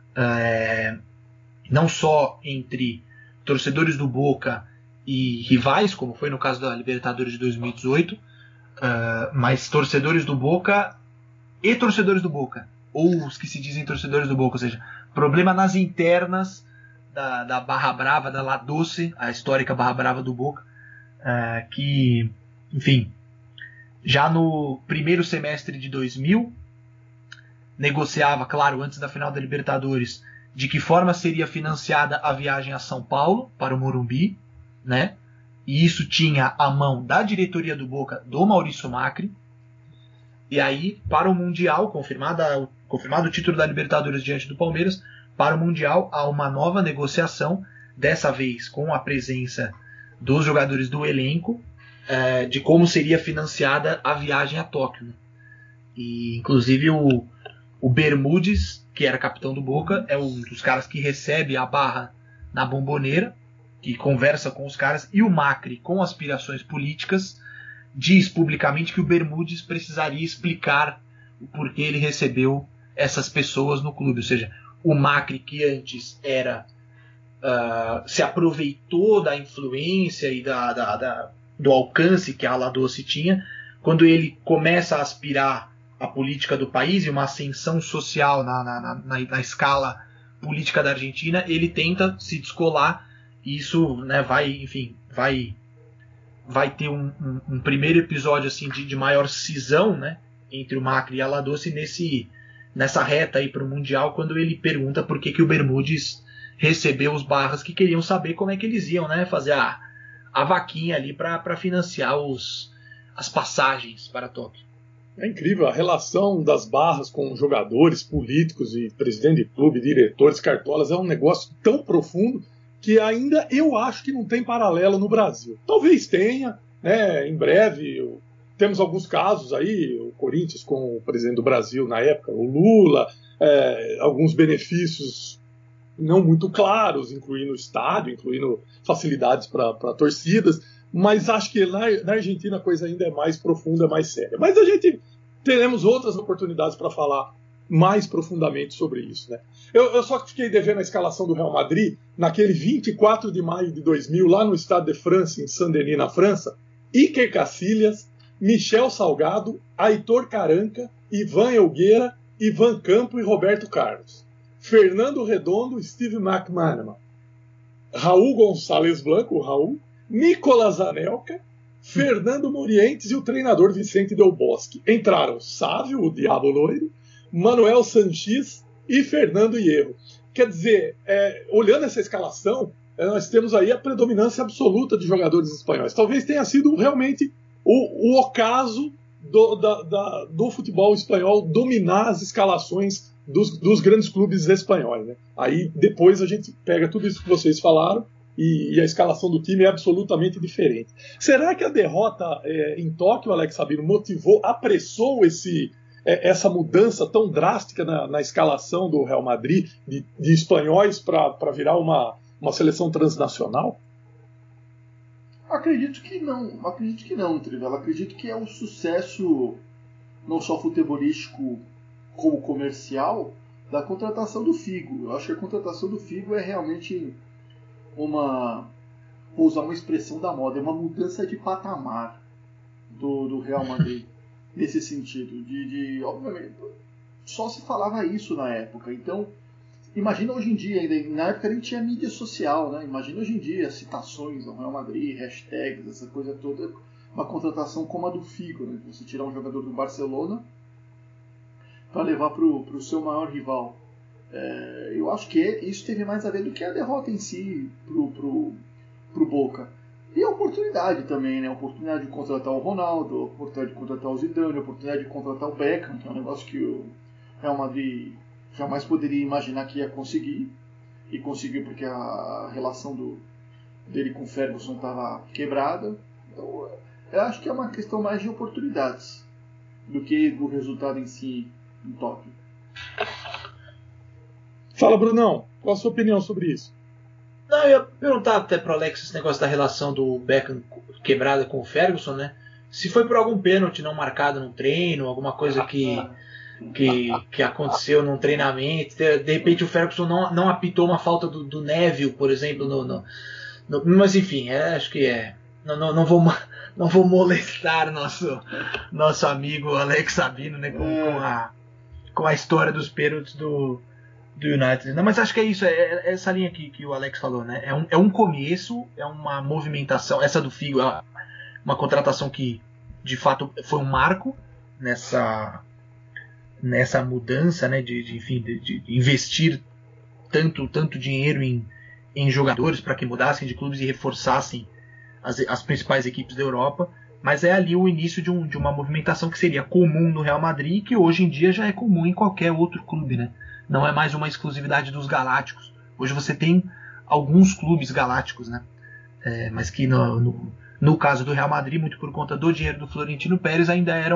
não só entre torcedores do Boca e rivais, como foi no caso da Libertadores de 2018, mas torcedores do Boca e torcedores do Boca, ou os que se dizem torcedores do Boca, ou seja, problema nas internas da Barra Brava, da La Doce, a histórica Barra Brava do Boca, que, enfim, já no primeiro semestre de 2000, negociava, claro, antes da final da Libertadores, de que forma seria financiada a viagem a São Paulo, para o Morumbi, né? E isso tinha a mão da diretoria do Boca, do Maurício Macri. E aí, para o Mundial, confirmado o título da Libertadores diante do Palmeiras, para o Mundial há uma nova negociação, dessa vez com a presença dos jogadores do elenco, de como seria financiada a viagem a Tóquio, né? E inclusive o Bermúdez, que era capitão do Boca, é um dos caras que recebe a Barra na Bomboneira, que conversa com os caras, e o Macri, com aspirações políticas, diz publicamente que o Bermúdez precisaria explicar o porquê ele recebeu essas pessoas no clube. Ou seja, o Macri, que antes se aproveitou da influência e do alcance que a La Doce tinha, quando ele começa a aspirar a política do país e uma ascensão social na escala política da Argentina, ele tenta se descolar, e isso, né, vai ter um primeiro episódio assim, de maior cisão, né, entre o Macri e a La Doce nessa reta aí para o Mundial, quando ele pergunta por que o Bermúdez recebeu os Barras, que queriam saber como é que eles iam, né, fazer a vaquinha ali para financiar as passagens para Tóquio. É incrível a relação das Barras com jogadores, políticos e presidente de clube, diretores, cartolas. É um negócio tão profundo que ainda eu acho que não tem paralelo no Brasil. Talvez tenha, né, em breve. Temos alguns casos aí, o Corinthians com o presidente do Brasil na época, o Lula, alguns benefícios não muito claros, incluindo o estádio, incluindo facilidades para torcidas. Mas acho que na Argentina a coisa ainda é mais profunda, mais séria. Mas a gente teremos outras oportunidades para falar mais profundamente sobre isso, né? Eu só fiquei devendo a escalação do Real Madrid naquele 24 de maio de 2000, lá no Stade de France, em Saint-Denis, na França. Iker Casillas, Michel Salgado, Aitor Caranca, Ivan Helguera, Ivan Campo e Roberto Carlos. Fernando Redondo, Steve McManaman. Raul Gonçalves Blanco, o Raul, Nicolas Anelka, Fernando Morientes e o treinador Vicente Del Bosque. Entraram Sávio, o Diabo Loiro, Manuel Sanchis e Fernando Hierro. Quer dizer, olhando essa escalação, nós temos aí a predominância absoluta de jogadores espanhóis. Talvez tenha sido realmente o ocaso do futebol espanhol dominar as escalações dos grandes clubes espanhóis, né? Aí depois a gente pega tudo isso que vocês falaram e a escalação do time é absolutamente diferente. Será que a derrota em Tóquio, Alex Sabino, apressou essa mudança tão drástica na escalação do Real Madrid de espanhóis para virar uma seleção transnacional? Acredito que não, Trivela. Acredito que é um sucesso não só futebolístico como comercial da contratação do Figo. Eu acho que a contratação do Figo é realmente vou usar uma expressão da moda, é uma mudança de patamar do Real Madrid nesse sentido. Obviamente, só se falava isso na época. Então, imagina hoje em dia, ainda na época nem tinha mídia social, né? Imagina hoje em dia citações ao Real Madrid, hashtags, essa coisa toda, uma contratação como a do Figo, né? Você tirar um jogador do Barcelona para levar para o seu maior rival. Eu acho que isso teve mais a ver do que a derrota em si pro Boca. E a oportunidade também, né? A oportunidade de contratar o Ronaldo, a oportunidade de contratar o Zidane, a oportunidade de contratar o Beckham, que é um negócio que o Real Madrid jamais poderia imaginar que ia conseguir. E conseguiu porque a relação dele com o Ferguson estava quebrada. Então, eu acho que é uma questão mais de oportunidades do que do resultado em si em Tóquio. Fala, Brunão, qual a sua opinião sobre isso? Não, eu ia perguntar até pro Alex esse negócio da relação do Beckham quebrada com o Ferguson, né? Se foi por algum pênalti não marcado no treino, alguma coisa que aconteceu num treinamento, de repente o Ferguson não apitou uma falta do Neville, por exemplo, mas enfim, acho que não vou molestar nosso amigo Alex Sabino, né, com a história dos pênaltis do United. Não, mas acho que é isso, é essa linha que o Alex falou, né? É um começo, é uma movimentação. Essa do Figo é uma contratação que de fato foi um marco nessa mudança, né? De investir tanto dinheiro em jogadores para que mudassem de clubes e reforçassem as principais equipes da Europa. Mas é ali o início de uma movimentação que seria comum no Real Madrid e que hoje em dia já é comum em qualquer outro clube, né? Não é mais uma exclusividade dos galácticos. Hoje você tem alguns clubes galácticos, né? Mas que no caso do Real Madrid, muito por conta do dinheiro do Florentino Pérez, ainda era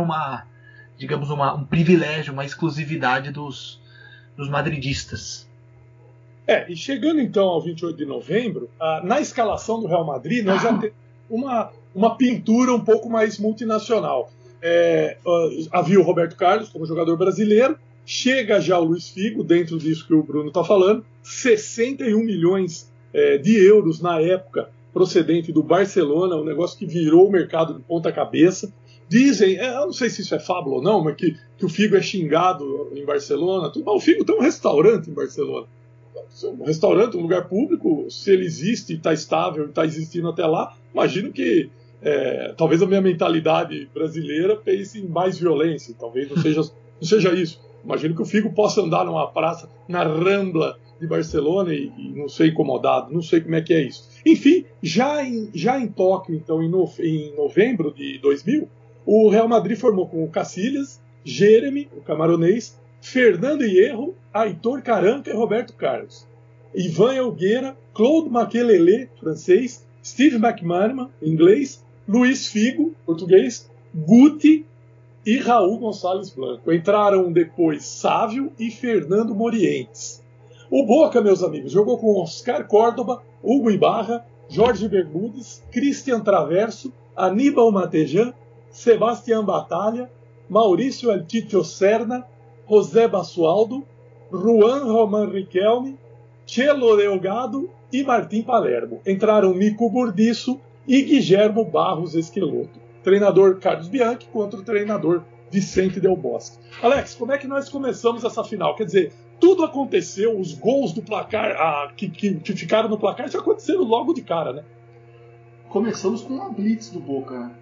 um privilégio, uma exclusividade dos madridistas. E chegando então ao 28 de novembro, na escalação do Real Madrid, nós já temos uma pintura um pouco mais multinacional. Havia o Roberto Carlos como jogador brasileiro, chega já o Luís Figo, dentro disso que o Bruno está falando, 61 milhões de euros na época, procedente do Barcelona, um negócio que virou o mercado de ponta cabeça. Dizem, eu não sei se isso é fábula ou não, mas que o Figo é xingado em Barcelona. Mas o Figo tem um restaurante em Barcelona. Um restaurante, um lugar público, se ele existe, está estável, está existindo até lá, imagino que talvez a minha mentalidade brasileira pense em mais violência, talvez não seja isso. Imagino que o Figo possa andar numa praça, na Rambla de Barcelona e não ser incomodado, não sei como é que é isso. Enfim, já em Tóquio, então, em novembro de 2000, o Real Madrid formou com o Casillas, Jeremy, o camaronês, Fernando Hierro, Aitor Caranca e Roberto Carlos. Ivan Helguera, Claude Makelele, francês, Steve McManaman, inglês, Luís Figo, português, Guti e Raul Gonçalves Blanco. Entraram depois Sávio e Fernando Morientes. O Boca, meus amigos, jogou com Oscar Córdoba, Hugo Ibarra, Jorge Bermudes, Cristian Traverso, Aníbal Matejan, Sebastián Batalha, Maurício El Tito Serna, José Basualdo, Juan Román Riquelme, Chelo Delgado e Martim Palermo. Entraram Mico Burdiço e Guilhermo Barros Esqueloto. Treinador Carlos Bianchi contra o treinador Vicente Del Bosque. Alex, como é que nós começamos essa final? Quer dizer, tudo aconteceu, os gols do placar que ficaram no placar já aconteceram logo de cara, né? Começamos com uma blitz do Boca, né?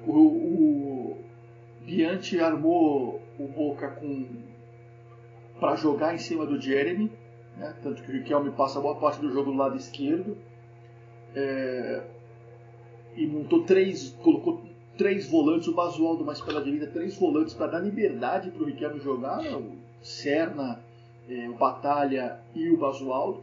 O Bianchi armou o Boca para jogar em cima do Jeremy, né? Tanto que o Riquelme passa boa parte do jogo do lado esquerdo, e colocou três volantes, o Basualdo mais pela direita, 3 volantes para dar liberdade para o Riquelme jogar, né? O Serna, o Batalha e o Basualdo,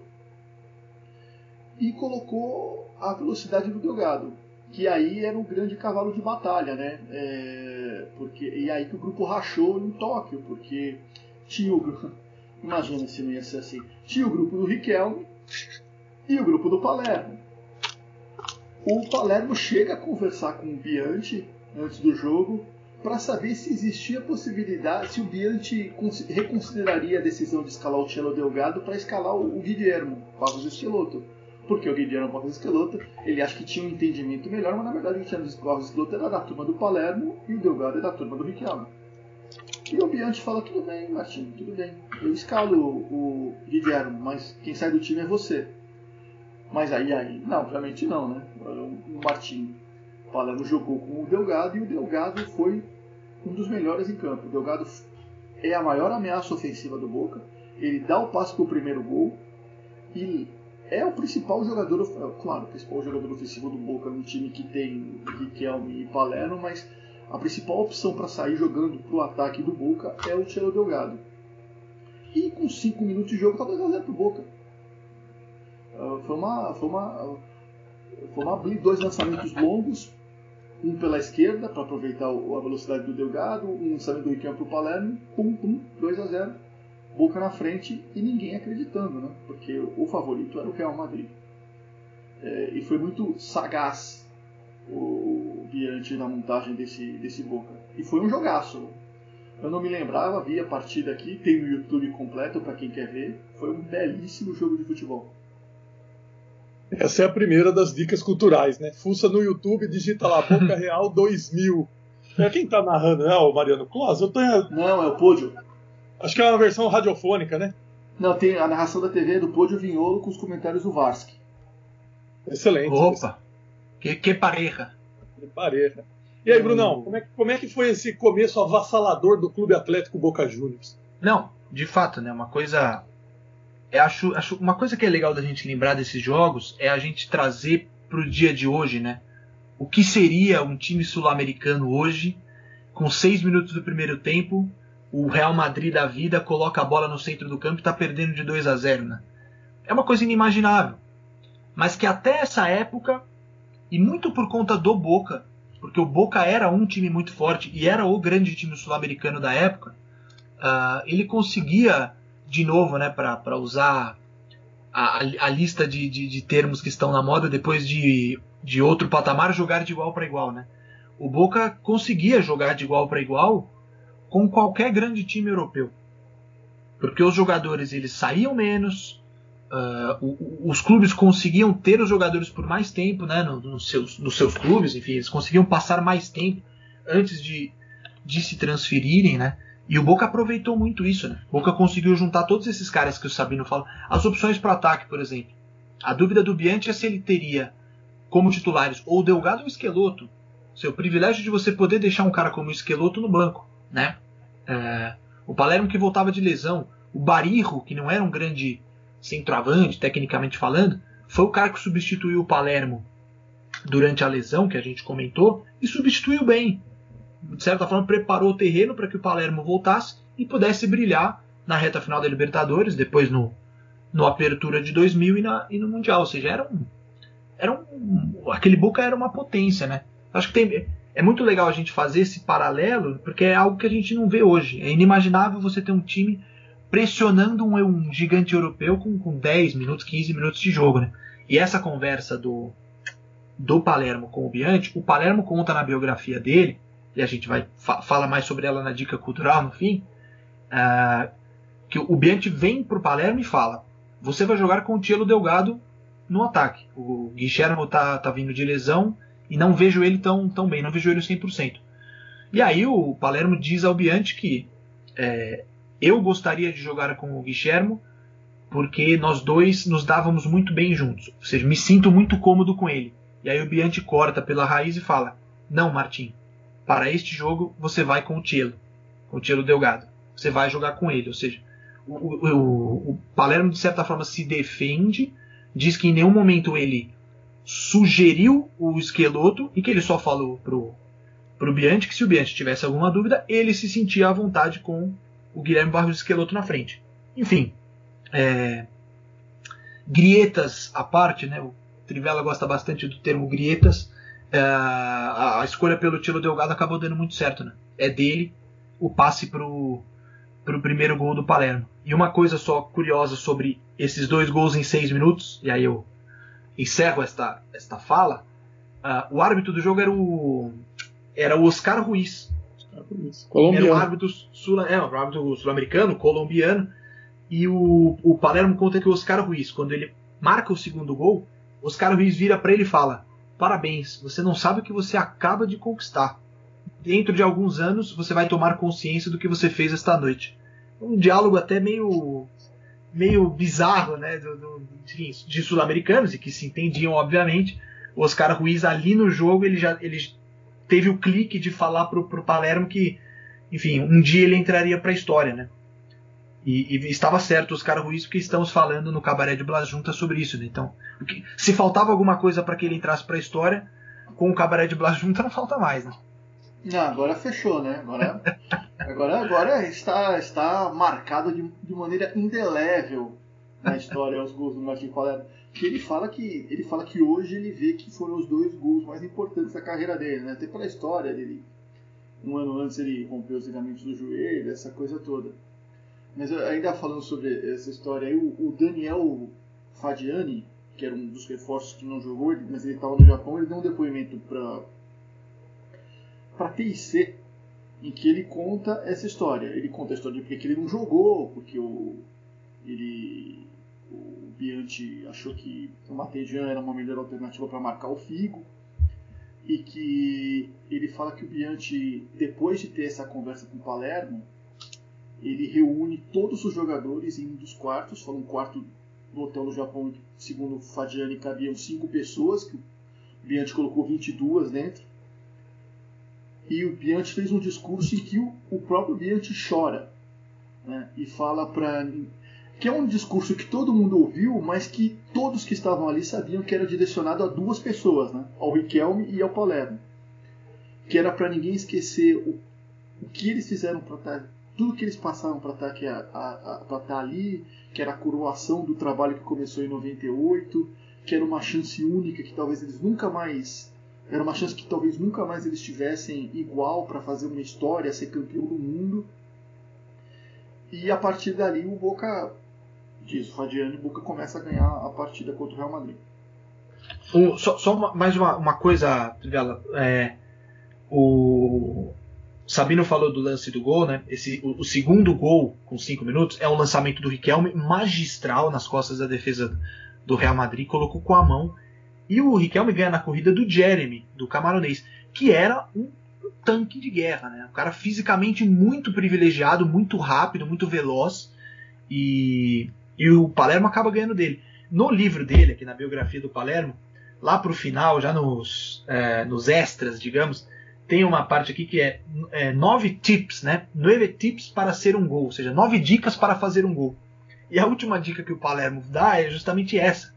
e colocou a velocidade do Delgado, que aí era um grande cavalo de batalha, né? E aí que o grupo rachou em Tóquio, porque tinha o grupo, imagina se não ia ser assim, tinha o grupo do Riquelme e o grupo do Palermo. O Palermo chega a conversar com o Bianchi antes do jogo para saber se existia a possibilidade, se o Bianchi reconsideraria a decisão de escalar o Chelo Delgado para escalar o Guilhermo Barros Esqueloto. Porque o Guilhermo Barros Esqueloto, ele acha que tinha um entendimento melhor, mas na verdade o Guilhermo Barros Esqueloto era da turma do Palermo e o Delgado era da turma do Riquelme. E o Bianchi fala, tudo bem, Martim, tudo bem, eu escalo o Guilhermo, mas quem sai do time é você. Mas aí, não, obviamente não, né? O Martim Palermo jogou com o Delgado e o Delgado foi um dos melhores em campo. O Delgado é a maior ameaça ofensiva do Boca, ele dá o passe para o primeiro gol e é o principal jogador, claro, o principal jogador ofensivo do Boca num time que tem Riquelme e Palermo, mas a principal opção para sair jogando para o ataque do Boca é o Chelo Delgado. E com 5 minutos de jogo está 2-0 para o Boca. Foi uma blitz, 2 lançamentos longos, um pela esquerda para aproveitar a velocidade do Delgado, um lançamento do Riquelme para o Palermo, 2-0, Boca na frente e ninguém acreditando, né? Porque o favorito era o Real Madrid. E foi muito sagaz o Bianchi na montagem desse Boca. E foi um jogaço. Eu não me lembrava, vi a partida aqui, tem no YouTube completo para quem quer ver. Foi um belíssimo jogo de futebol. Essa é a primeira das dicas culturais, né? Fuça no YouTube, digita lá Boca Real 2000. Quem tá narrando, né? O Mariano Close? Não, é o Pódio. Acho que é uma versão radiofônica, né? Não, tem a narração da TV do Pódio Vignolo com os comentários do Varsky. Excelente. Opa! Que pareja. Que pareja. E aí, Brunão, como é que foi esse começo avassalador do Clube Atlético Boca Juniors? Não, de fato, né? Uma coisa... Acho uma coisa que é legal da gente lembrar desses jogos é a gente trazer pro dia de hoje, né? O que seria um time sul-americano hoje, com 6 minutos do primeiro tempo, o Real Madrid da vida coloca a bola no centro do campo e está perdendo de 2-0, né? É uma coisa inimaginável. Mas que até essa época, e muito por conta do Boca, porque o Boca era um time muito forte e era o grande time sul-americano da época, ele conseguia, de novo, né, para usar a lista de termos que estão na moda, depois de outro patamar, jogar de igual para igual, né? O Boca conseguia jogar de igual para igual com qualquer grande time europeu, porque os jogadores eles saíam menos, os clubes conseguiam ter os jogadores por mais tempo, né, nos seus clubes, enfim, eles conseguiam passar mais tempo antes de se transferirem, né? E o Boca aproveitou muito isso, né? O Boca conseguiu juntar todos esses caras que o Sabino fala. As opções para ataque, por exemplo. A dúvida do Bianchi é se ele teria como titulares ou o Delgado ou o Schelotto. O privilégio de você poder deixar um cara como o Schelotto no banco, né? O Palermo que voltava de lesão. O Barillo, que não era um grande centroavante, tecnicamente falando, foi o cara que substituiu o Palermo durante a lesão, que a gente comentou, e substituiu bem. De certa forma, preparou o terreno para que o Palermo voltasse e pudesse brilhar na reta final da Libertadores, depois no Apertura de 2000 e no Mundial. Ou seja, aquele Boca era uma potência, né? Acho que é muito legal a gente fazer esse paralelo, porque é algo que a gente não vê hoje. É inimaginável você ter um time pressionando um gigante europeu com 10 minutos, 15 minutos de jogo, né? E essa conversa do Palermo com o Bianchi, o Palermo conta na biografia dele, e a gente vai falar mais sobre ela na dica cultural no fim, que o Bianchi vem pro Palermo e fala: você vai jogar com o Thielo Delgado no ataque. O Guilherme tá vindo de lesão e não vejo ele tão bem, não vejo ele 100%. E aí o Palermo diz ao Bianchi que eu gostaria de jogar com o Guilherme porque nós dois nos dávamos muito bem juntos, ou seja, me sinto muito cômodo com ele. E aí o Bianchi corta pela raiz e fala: não, Martim, para este jogo você vai com o Thielo Delgado. Você vai jogar com ele. Ou seja, o Palermo de certa forma se defende, diz que em nenhum momento ele sugeriu o Schelotto e que ele só falou pro Bianchi que se o Bianchi tivesse alguma dúvida, ele se sentia à vontade com o Guilherme Barros Schelotto na frente. Enfim, grietas à parte, né? O Trivela gosta bastante do termo grietas. A escolha pelo Thielo Delgado acabou dando muito certo, né? É dele o passe pro primeiro gol do Palermo. E uma coisa só curiosa sobre esses 2 gols em 6 minutos, e aí eu encerro esta fala. O árbitro do jogo era o Oscar Ruiz. Colombiano. Era um árbitro sul-americano, colombiano. E o Palermo conta que o Oscar Ruiz, quando ele marca o segundo gol, o Oscar Ruiz vira para ele e fala: parabéns, você não sabe o que você acaba de conquistar. Dentro de alguns anos você vai tomar consciência do que você fez esta noite. Um diálogo até meio bizarro, né, de sul-americanos, e que se entendiam, obviamente. O Oscar Ruiz ali no jogo, ele teve o clique de falar pro Palermo que, enfim, um dia ele entraria para a história, né? E estava certo o Oscar Ruiz, porque estamos falando no Cabaré de Blas Juntas sobre isso, né? Então, se faltava alguma coisa para que ele entrasse para a história, com o Cabaré de Blas Juntas não falta mais, né? Não, agora fechou, né? Agora está marcado de maneira indelével na história os gols do Martim Palermo. Que ele fala que hoje ele vê que foram os 2 gols mais importantes da carreira dele, né? Até pela história dele. Um ano antes ele rompeu os ligamentos do joelho, essa coisa toda. Mas ainda falando sobre essa história aí, o Daniel Fadiani, que era um dos reforços que não jogou, mas ele estava no Japão, ele deu um depoimento para TIC, em que ele conta essa história. Ele conta a história de porque ele não jogou, porque o Bianchi achou que o Matejan era uma melhor alternativa para marcar o Figo, e que ele fala que o Bianchi, depois de ter essa conversa com o Palermo, ele reúne todos os jogadores em um dos quartos, fala um quarto no hotel no Japão, segundo o Fadiani cabiam 5 pessoas, que o Bianchi colocou 22 dentro, e o Bianchi fez um discurso em que o próprio Bianchi chora, né, e fala que é um discurso que todo mundo ouviu, mas que todos que estavam ali sabiam que era direcionado a 2 pessoas, né, ao Riquelme e ao Palermo, que era para ninguém esquecer o que eles fizeram para estar, tudo que eles passaram para estar ali, que era a coroação do trabalho que começou em 98, que era uma chance única que talvez eles nunca mais, era uma chance que talvez nunca mais eles tivessem igual para fazer uma história, ser campeão do mundo. E a partir dali o Boca, diz o Fadiani, o Boca começa a ganhar a partida contra o Real Madrid. Mais uma coisa, Trivela, o Sabino falou do lance do gol, né? O segundo gol com 5 minutos é um lançamento do Riquelme magistral nas costas da defesa do Real Madrid, colocou com a mão, e o Riquelme ganha na corrida do Jeremy, do camaronês, que era um tanque de guerra, né? Um cara fisicamente muito privilegiado, muito rápido, muito veloz, e o Palermo acaba ganhando dele. No livro dele, aqui na biografia do Palermo, lá pro final, já nos extras, digamos, tem uma parte aqui que é 9 tips, né? 9 tips para ser um gol, ou seja, 9 dicas para fazer um gol. E a última dica que o Palermo dá é justamente essa,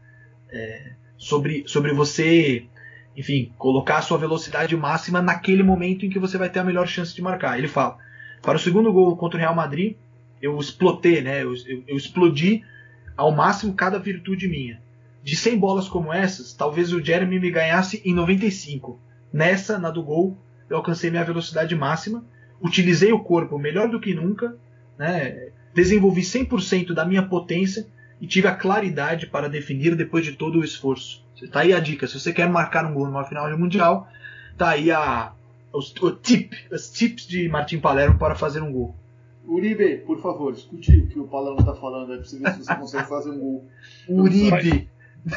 sobre você, enfim, colocar a sua velocidade máxima naquele momento em que você vai ter a melhor chance de marcar. Ele fala, para o segundo gol contra o Real Madrid, eu explotei, né? Eu explodi ao máximo cada virtude minha. De 100 bolas como essas, talvez o Jeremy me ganhasse em 95. Nessa, na do gol, eu alcancei minha velocidade máxima, utilizei o corpo melhor do que nunca, né? Desenvolvi 100% da minha potência e tive a claridade para definir depois de todo o esforço. Está aí a dica. Se você quer marcar um gol numa final de Mundial, está aí os tips de Martim Palermo para fazer um gol. Uribe, por favor, escute o que o Palermo está falando aí para você ver se você consegue fazer um gol. Uribe.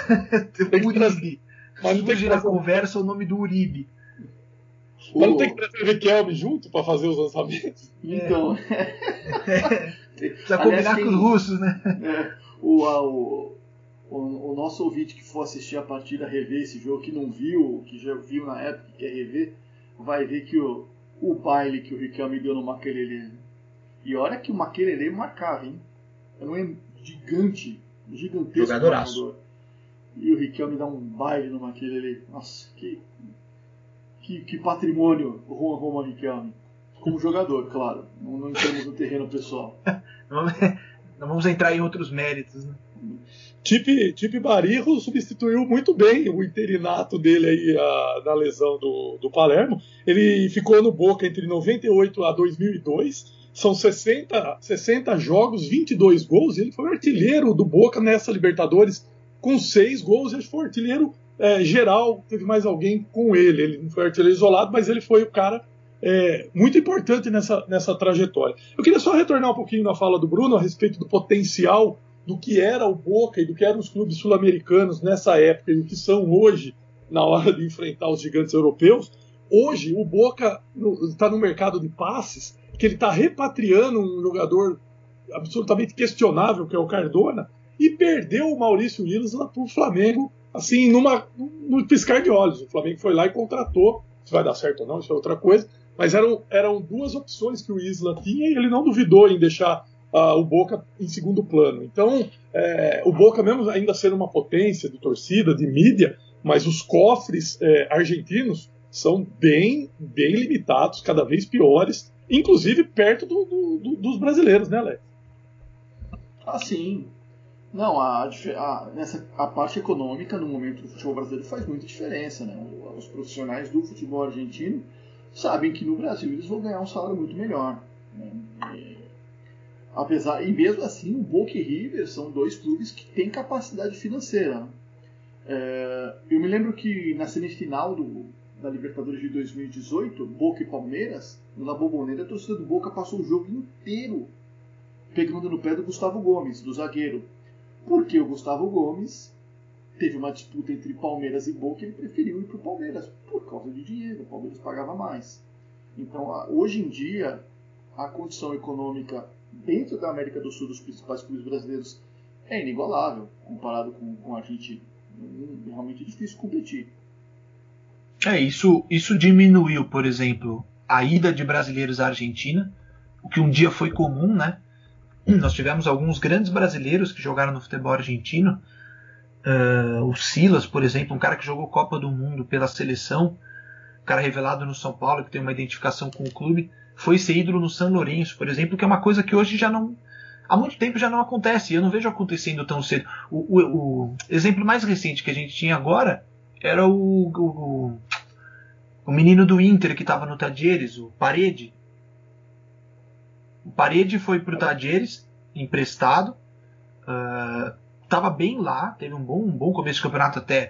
Uribe. Mas não tem que na conversa o nome do Uribe. Mas não tem que trazer o Riquelme junto para fazer os lançamentos? Então. Precisa combinar com os russos, né? O nosso ouvinte que for assistir a partida, rever esse jogo, que não viu, que já viu na época e quer rever, vai ver que o baile que o Riquelme deu no Makelele. E olha que o Makelele marcava, hein? Era um gigantesco jogadoraço. E o Riquelme dá um baile no Makelele. Nossa, que patrimônio o Juan Román Riquelme. Como jogador, claro. Não entramos no terreno pessoal. Não vamos entrar em outros méritos, né? Tipe Barillo substituiu muito bem o interinato dele aí na lesão do Palermo. Ele ficou no Boca entre 98 a 2002. São 60 jogos, 22 gols. Ele foi o artilheiro do Boca nessa Libertadores com 6 gols. Ele foi o artilheiro geral. Teve mais alguém com ele. Ele não foi artilheiro isolado, mas ele foi o cara muito importante nessa trajetória. Eu queria só retornar um pouquinho na fala do Bruno a respeito do potencial do que era o Boca e do que eram os clubes sul-americanos nessa época e o que são hoje na hora de enfrentar os gigantes europeus. Hoje o Boca está no mercado de passes, que ele está repatriando um jogador absolutamente questionável, que é o Cardona, e perdeu o Maurício Isla para o Flamengo, assim, no piscar de olhos. O Flamengo foi lá e contratou. Se vai dar certo ou não, isso é outra coisa. Mas eram 2 opções que o Isla tinha e ele não duvidou em deixar o Boca em segundo plano. Então, o Boca, mesmo ainda sendo uma potência de torcida, de mídia, mas os cofres argentinos são bem limitados, cada vez piores, inclusive perto dos brasileiros, né, Alex? Ah, sim. Não, a parte econômica no momento do futebol brasileiro faz muita diferença, né? Os profissionais do futebol argentino sabem que no Brasil eles vão ganhar um salário muito melhor, né? E mesmo assim, o Boca e River são 2 clubes que têm capacidade financeira. Eu me lembro que na semifinal da Libertadores de 2018, Boca e Palmeiras, na Bombonera, a torcida do Boca passou o jogo inteiro pegando no pé do Gustavo Gomes, do zagueiro. Porque o Gustavo Gomes teve uma disputa entre Palmeiras e Boca e ele preferiu ir para o Palmeiras por causa de dinheiro. O Palmeiras pagava mais. Então, hoje em dia, a condição econômica dentro da América do Sul dos principais clubes brasileiros é inigualável comparado com a Argentina. Realmente é difícil competir. Isso diminuiu, por exemplo, a ida de brasileiros à Argentina, o que um dia foi comum, né? Nós tivemos alguns grandes brasileiros que jogaram no futebol argentino. O Silas, por exemplo, um cara que jogou Copa do Mundo pela seleção, um cara revelado no São Paulo, que tem uma identificação com o clube, foi ser ídolo no San Lourenço, por exemplo, que é uma coisa que hoje já não... há muito tempo já não acontece, eu não vejo acontecendo tão cedo. O exemplo mais recente que a gente tinha agora era o menino do Inter que estava no Tadieres, o Parede. O Parede foi para o Tadieres, emprestado, estava bem lá, teve um bom começo de campeonato até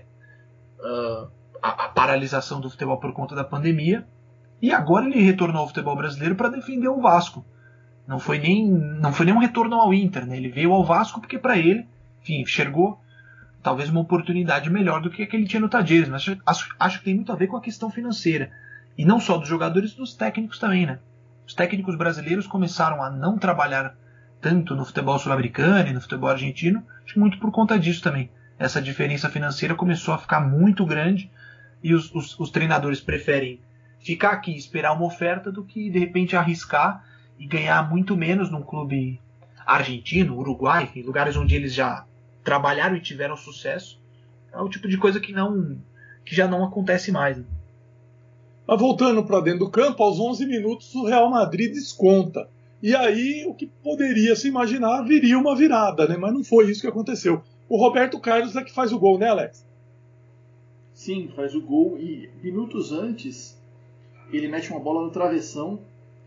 a paralisação do futebol por conta da pandemia, e agora ele retornou ao futebol brasileiro para defender o Vasco. Não foi nem um retorno ao Inter, né? Ele veio ao Vasco porque para ele, enfim, enxergou talvez uma oportunidade melhor do que a que ele tinha no Tadieres, mas acho que tem muito a ver com a questão financeira. E não só dos jogadores, dos técnicos também, né? Os técnicos brasileiros começaram a não trabalhar tanto no futebol sul-americano e no futebol argentino, acho que muito por conta disso também. Essa diferença financeira começou a ficar muito grande e os treinadores preferem ficar aqui e esperar uma oferta do que de repente arriscar e ganhar muito menos num clube argentino, Uruguai, enfim, lugares onde eles já trabalharam e tiveram sucesso. É o tipo de coisa que já não acontece mais, né? Mas voltando para dentro do campo, aos 11 minutos o Real Madrid desconta. E aí o que poderia se imaginar viria uma virada, né? Mas não foi isso que aconteceu. O Roberto Carlos é que faz o gol, né, Alex? Sim, faz o gol e minutos antes ele mete uma bola no travessão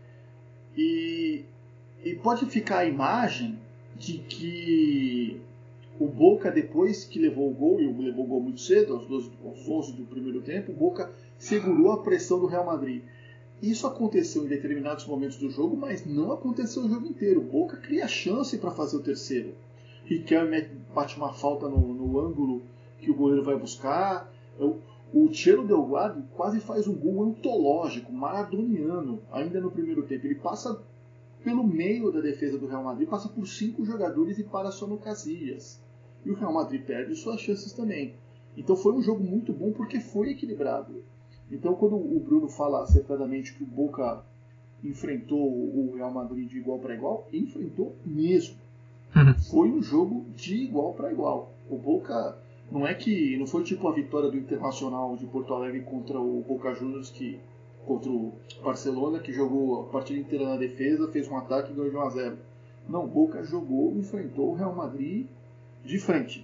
e pode ficar a imagem de que o Boca, depois que levou o gol, e levou o gol muito cedo, aos 11 do primeiro tempo, o Boca segurou a pressão do Real Madrid. Isso aconteceu em determinados momentos do jogo, mas não aconteceu o jogo inteiro. O Boca cria chance para fazer o terceiro. Riquelme bate uma falta no ângulo que o goleiro vai buscar. O Chelo Delgado quase faz um gol antológico, maradoniano, ainda no primeiro tempo. Ele passa pelo meio da defesa do Real Madrid, passa por 5 jogadores e para só no Casillas. E o Real Madrid perde suas chances também. Então foi um jogo muito bom porque foi equilibrado. Então quando o Bruno fala acertadamente que o Boca enfrentou o Real Madrid de igual para igual, enfrentou mesmo. Foi um jogo de igual para igual. O Boca não foi tipo a vitória do Internacional de Porto Alegre contra o Boca Juniors, contra o Barcelona, que jogou a partida inteira na defesa, fez um ataque e ganhou de 1-0. Não, o Boca jogou, enfrentou o Real Madrid de frente.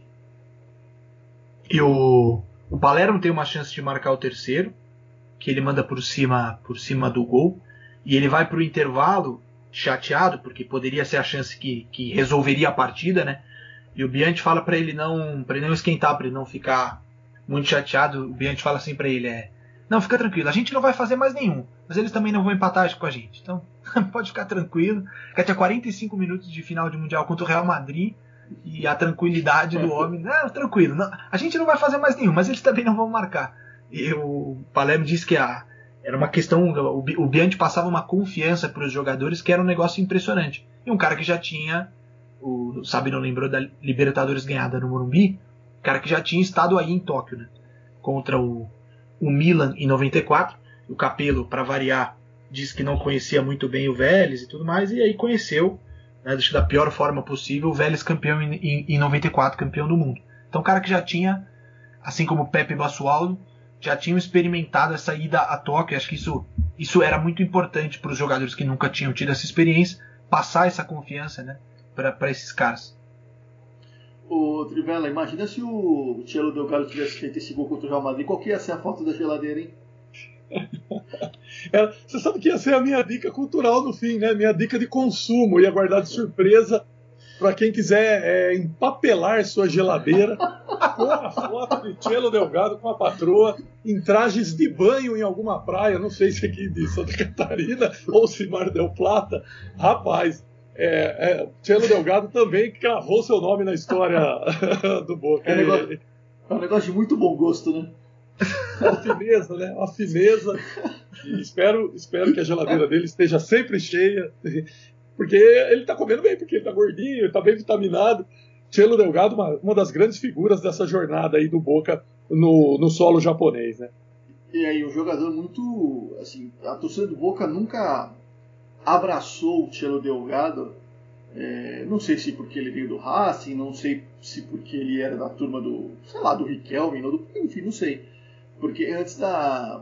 E o Palermo tem uma chance de marcar o terceiro, que ele manda por cima do gol, e ele vai para o intervalo chateado, porque poderia ser a chance que resolveria a partida, né? E o Bianchi fala para ele não esquentar, para ele não ficar muito chateado. O Bianchi fala assim para ele, não, fica tranquilo, a gente não vai fazer mais nenhum, mas eles também não vão empatar com a gente, então pode ficar tranquilo. Que até 45 minutos de final de Mundial contra o Real Madrid, e a tranquilidade do homem, tranquilo, não, a gente não vai fazer mais nenhum, mas eles também não vão marcar. E o Palermo disse que era uma questão, o Bianchi passava uma confiança para os jogadores que era um negócio impressionante. E um cara que já tinha, o Sabe não lembrou da Libertadores ganhada no Morumbi, cara que já tinha estado aí em Tóquio, né, contra o Milan em 94, o Capello, para variar, disse que não conhecia muito bem o Vélez e tudo mais, e aí conheceu, né, da pior forma possível, o Vélez campeão em 94, campeão do mundo. Então, cara que já tinha, assim como o Pepe Basualdo, já tinham experimentado essa ida a Tóquio. Acho que isso era muito importante para os jogadores que nunca tinham tido essa experiência, passar essa confiança, né, para esses caras. Ô Trivela, imagina se o Chelo Delgado tivesse feito esse gol contra o Real Madrid, qual que ia ser a foto da geladeira, hein? Você sabe que ia ser a minha dica cultural no fim, né? Minha dica de consumo, ia guardar de surpresa para quem quiser empapelar sua geladeira com a foto de Cielo Delgado com a patroa em trajes de banho em alguma praia, não sei se aqui de Santa Catarina ou se Mar del Plata. Rapaz, Cielo Delgado também cravou seu nome na história do Boca. É um negócio de muito bom gosto, né? Uma fineza, né? Uma fineza. E espero que a geladeira dele esteja sempre cheia, porque ele tá comendo bem, porque ele tá gordinho, ele tá bem vitaminado. Cielo Delgado, uma das grandes figuras dessa jornada aí do Boca no solo japonês, né? E aí, um jogador muito... assim, a torcida do Boca nunca abraçou o Cielo Delgado, não sei se porque ele veio do Racing, não sei se porque ele era da turma do, sei lá, do Riquelme, enfim, não sei. Porque antes da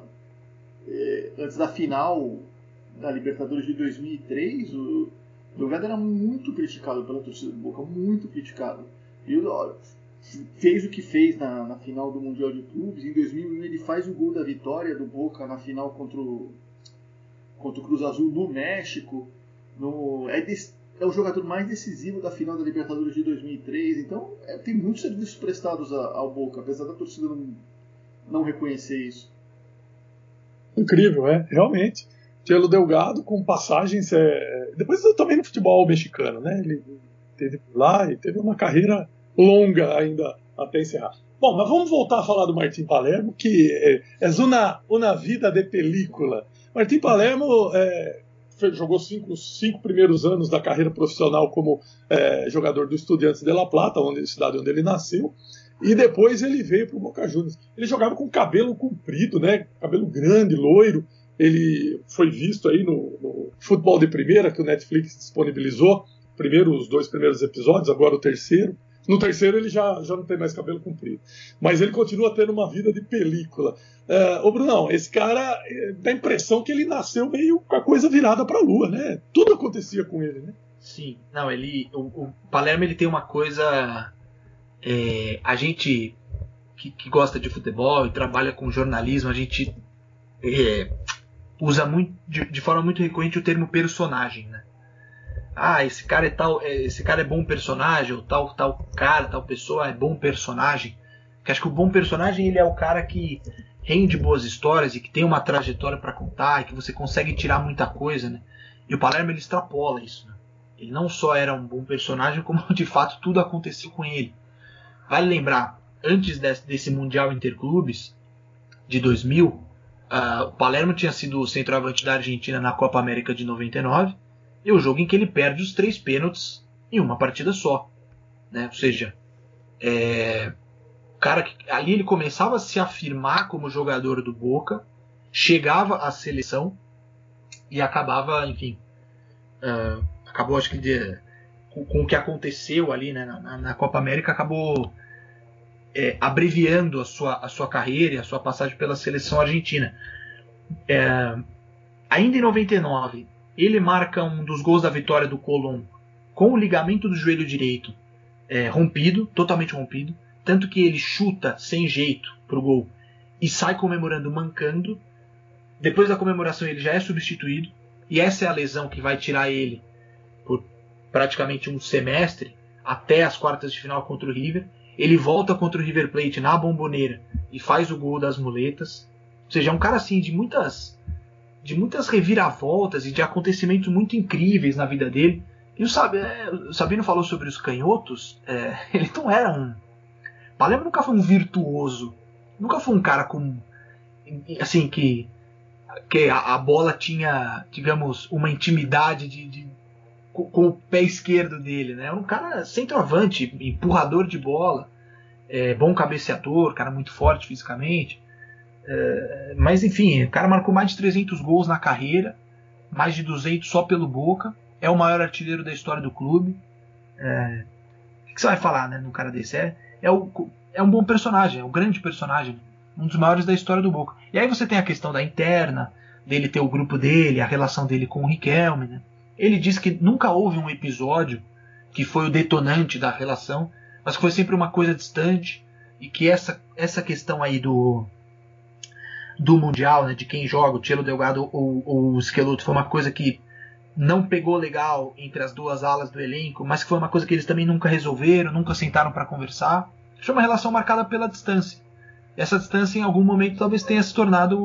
final da Libertadores de 2003, o Delgado era muito criticado pela torcida do Boca, muito criticado. E fez o que fez na final do Mundial de Clubes. Em 2001 ele faz o gol da vitória do Boca na final contra o Cruz Azul no México. É o jogador mais decisivo da final da Libertadores de 2003. Então tem muitos serviços prestados ao Boca, apesar da torcida não reconhecer isso. Incrível, realmente. Cielo Delgado com passagens. Depois também no futebol mexicano, né? Ele teve lá e teve uma carreira longa ainda até encerrar. Bom, mas vamos voltar a falar do Martín Palermo, que é uma vida de película. Martín Palermo jogou os 5 primeiros anos da carreira profissional como jogador do Estudiantes de La Plata, cidade onde ele nasceu. E depois ele veio para o Boca Juniors. Ele jogava com cabelo comprido, né? Cabelo grande, loiro. Ele foi visto aí no Futebol de Primeira, que o Netflix disponibilizou. Os 2 primeiros episódios, agora o terceiro. No terceiro ele já não tem mais cabelo comprido. Mas ele continua tendo uma vida de película. Ô Brunão, esse cara dá a impressão que ele nasceu meio com a coisa virada para a lua, né? Tudo acontecia com ele, né? Sim, não, o Palermo ele tem uma coisa... a gente que gosta de futebol e trabalha com jornalismo, a gente usa muito, de forma muito recorrente o termo personagem, né? Esse cara é bom personagem, ou tal cara, tal pessoa é bom personagem. Que acho que o bom personagem ele é o cara que rende boas histórias e que tem uma trajetória para contar e que você consegue tirar muita coisa, né? E o Palermo ele extrapola isso, né? Ele não só era um bom personagem, como de fato tudo aconteceu com ele. Vale lembrar, antes desse Mundial Interclubes de 2000, o Palermo tinha sido o centroavante da Argentina na Copa América de 99, e o jogo em que ele perde os 3 pênaltis em uma partida só, né? Ou seja, o cara que ali ele começava a se afirmar como jogador do Boca, chegava à seleção e acabava, enfim, acabou acho que com o que aconteceu ali, né, na Copa América, acabou abreviando a sua carreira e a sua passagem pela seleção argentina. Ainda em 99, ele marca um dos gols da vitória do Colón com o ligamento do joelho direito rompido, totalmente rompido, tanto que ele chuta sem jeito pro gol e sai comemorando mancando. Depois da comemoração ele já é substituído, e essa é a lesão que vai tirar ele por praticamente um semestre até as quartas de final contra o River. Ele volta contra o River Plate na Bombonera e faz o gol das muletas. Ou seja, é um cara assim de muitas reviravoltas e de acontecimentos muito incríveis na vida dele. E o Sabino falou sobre os canhotos. Ele não era um... Palermo nunca foi um virtuoso. Nunca foi um cara assim que a bola tinha, digamos, uma intimidade com o pé esquerdo dele, né? Era um cara centroavante, empurrador de bola, bom cabeceador, cara muito forte fisicamente. Mas enfim, o cara marcou mais de 300 gols na carreira, mais de 200 só pelo Boca, é o maior artilheiro da história do clube. O que você vai falar, né, num cara desse? É um bom personagem, é um grande personagem, um dos maiores da história do Boca. E aí você tem a questão da interna, dele ter o grupo dele, a relação dele com o Riquelme, né? Ele diz que nunca houve um episódio que foi o detonante da relação, mas que foi sempre uma coisa distante, e que essa questão aí do Mundial, né, de quem joga, o Cielo Delgado ou o Schelotto, foi uma coisa que não pegou legal entre as duas alas do elenco, mas que foi uma coisa que eles também nunca resolveram, nunca sentaram para conversar. Foi uma relação marcada pela distância. E essa distância, em algum momento, talvez tenha se tornado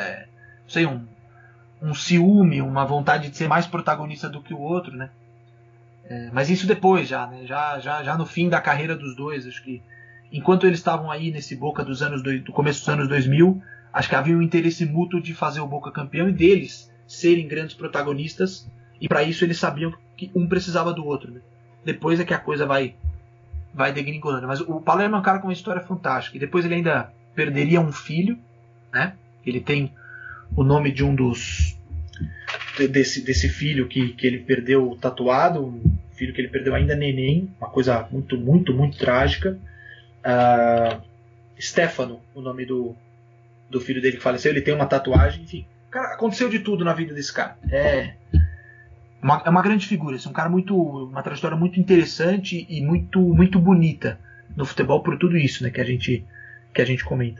um ciúme, uma vontade de ser mais protagonista do que o outro, né? Mas isso depois já, né? Já no fim da carreira dos dois. Acho que enquanto eles estavam aí nesse Boca do começo dos anos 2000, acho que havia um interesse mútuo de fazer o Boca campeão e deles serem grandes protagonistas, e para isso eles sabiam que um precisava do outro, né? Depois é que a coisa vai degringolando. Mas o Palermo é um cara com uma história fantástica, e depois ele ainda perderia um filho, né? Ele tem o nome de desse filho que ele perdeu tatuado, um filho que ele perdeu ainda neném, uma coisa muito, muito, muito trágica. Stefano, o nome do filho dele que faleceu, ele tem uma tatuagem, enfim. Cara, aconteceu de tudo na vida desse cara. É uma grande figura, assim, um cara uma trajetória muito interessante e muito, muito bonita no futebol por tudo isso, né, que a gente comenta.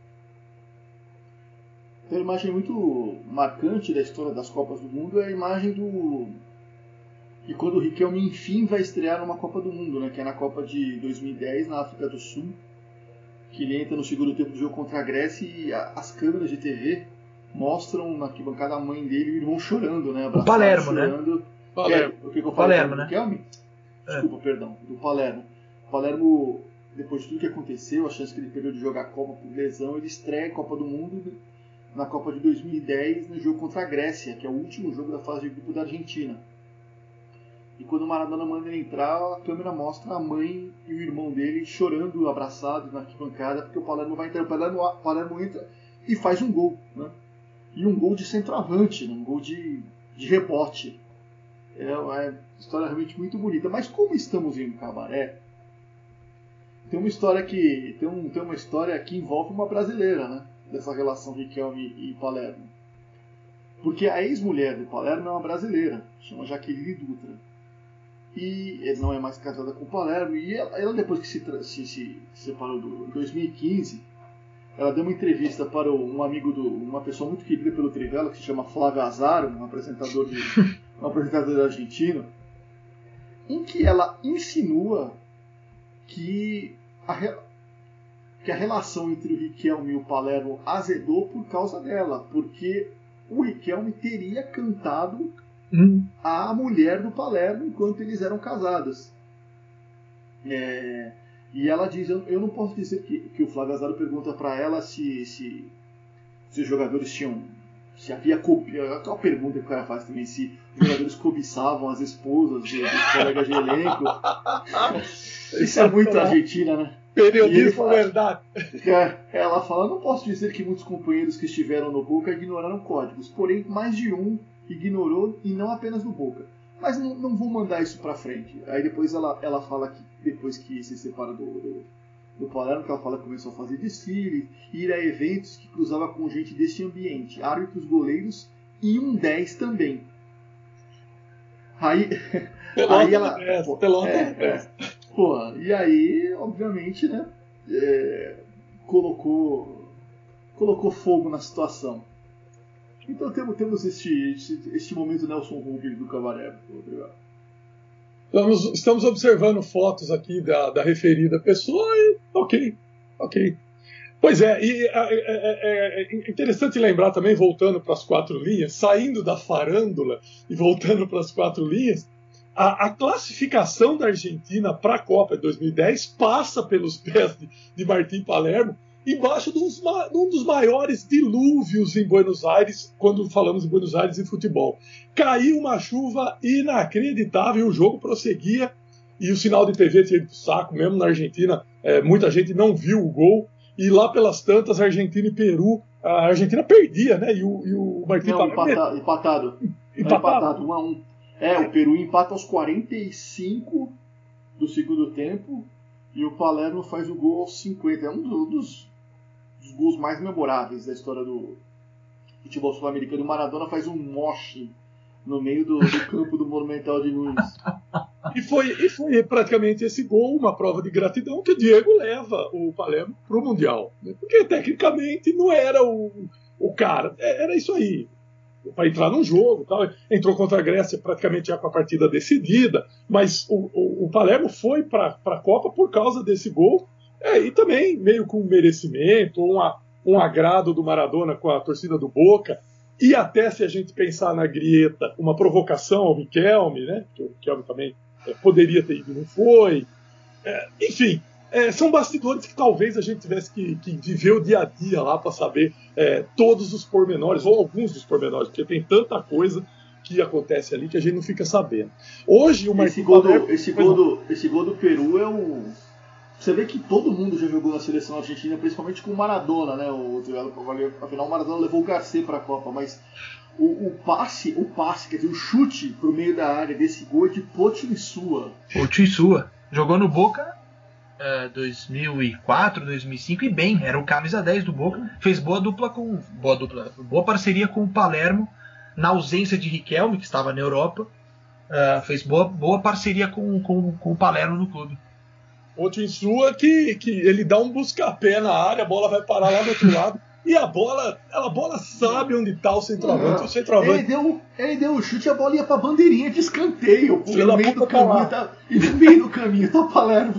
Uma imagem muito marcante da história das Copas do Mundo é a imagem de quando o Riquelme enfim vai estrear numa Copa do Mundo, né, que é na Copa de 2010 na África do Sul, que ele entra no segundo tempo do jogo contra a Grécia e as câmeras de TV mostram na arquibancada a mãe dele e o irmão chorando, né? O Palermo, chorando. Né? Palermo. O que eu falei? Palermo, né? Riquelme? Desculpa, perdão. Do Palermo. O Palermo, depois de tudo que aconteceu, a chance que ele perdeu de jogar a Copa por lesão, ele estreia a Copa do Mundo na Copa de 2010 no jogo contra a Grécia, que é o último jogo da fase de grupo da Argentina. E quando o Maradona manda ele entrar, a câmera mostra a mãe e o irmão dele chorando, abraçados na arquibancada, porque o Palermo vai entrar. O Palermo entra e faz um gol, né? E um gol de centroavante, né? Um gol de rebote. É uma história realmente muito bonita. Mas como estamos em um cabaré, tem uma história que envolve uma brasileira, né? Dessa relação Riquelme e Palermo. Porque a ex-mulher do Palermo é uma brasileira, chama Jaqueline Dutra. E ele não é mais casada com o Palermo. E ela depois que se separou em 2015, ela deu uma entrevista para uma pessoa muito querida pelo Trivela, que se chama Flávio Azaro, um apresentador argentino, em que ela insinua que a relação entre o Riquelme e o Palermo azedou por causa dela, porque o Riquelme teria cantado a mulher do Palermo enquanto eles eram casados. E ela diz, eu não posso dizer que o Flávio Azaro pergunta para ela se os jogadores tinham... Se havia aquela pergunta que o cara faz também, se os jogadores cobiçavam as esposas dos colegas de elenco. Isso é muito Argentina, né? Periodismo, verdade. Ela fala, não posso dizer que muitos companheiros que estiveram no Boca ignoraram códigos, porém mais de um ignorou, e não apenas no Boca. Mas não vou mandar isso pra frente. Aí depois ela fala que depois que se separa do Palermo, que ela fala que começou a fazer desfile, ir a eventos que cruzava com gente desse ambiente, árbitros, goleiros e um 10 também. Aí ela... E aí, obviamente, né, colocou fogo na situação. Então temos este momento Nelson Rubens do Cabaré. Obrigado. Estamos observando fotos aqui da referida pessoa e ok. Pois é, e é interessante lembrar também, voltando para as quatro linhas, saindo da farândula e voltando para as quatro linhas, a classificação da Argentina para a Copa de 2010 passa pelos pés de Martim Palermo, embaixo de um dos maiores dilúvios em Buenos Aires, quando falamos em Buenos Aires e futebol. Caiu uma chuva inacreditável e o jogo prosseguia, e o sinal de TV tinha ido pro saco, mesmo na Argentina, muita gente não viu o gol, e lá pelas tantas, Argentina e Peru, a Argentina perdia, né? E o Martim Palermo... Empatado, 1-1. O Peru empata aos 45 do segundo tempo, e o Palermo faz o gol aos 50. É um dos gols mais memoráveis da história do futebol sul-americano. O Maradona faz um moche no meio do campo do Monumental de Nunes. E foi praticamente esse gol uma prova de gratidão que o Diego leva o Palermo para o Mundial. Né? Porque tecnicamente não era o cara. Era isso aí. para entrar num jogo, tal. Entrou contra a Grécia praticamente já com a partida decidida, mas o Palermo foi para a Copa por causa desse gol, e também meio com merecimento, um agrado do Maradona com a torcida do Boca, e até, se a gente pensar na Grieta, uma provocação ao Riquelme, né, que o Riquelme também poderia ter ido, não foi. Enfim, são bastidores que talvez a gente tivesse que viver o dia a dia lá para saber todos os pormenores, ou alguns dos pormenores, porque tem tanta coisa que acontece ali que a gente não fica sabendo. Hoje, esse gol do Peru é o... Você vê que todo mundo já jogou na seleção argentina, principalmente com o Maradona, né? Afinal, o Maradona levou o Garcés para a Copa, mas o passe, quer dizer, o chute pro meio da área desse gol é de Potinsua. Potinsua jogou no Boca 2004, 2005 e bem, era o camisa 10 do Boca, fez boa parceria com o Palermo na ausência de Riquelme, que estava na Europa, fez boa parceria com o Palermo no clube. Outro em sua que ele dá um busca-pé na área, a bola vai parar lá do outro lado, e a bola sabe onde está o centroavante. O centroavante... Ele deu o chute e a bola ia para a bandeirinha de escanteio. No meio do caminho tá o Palermo.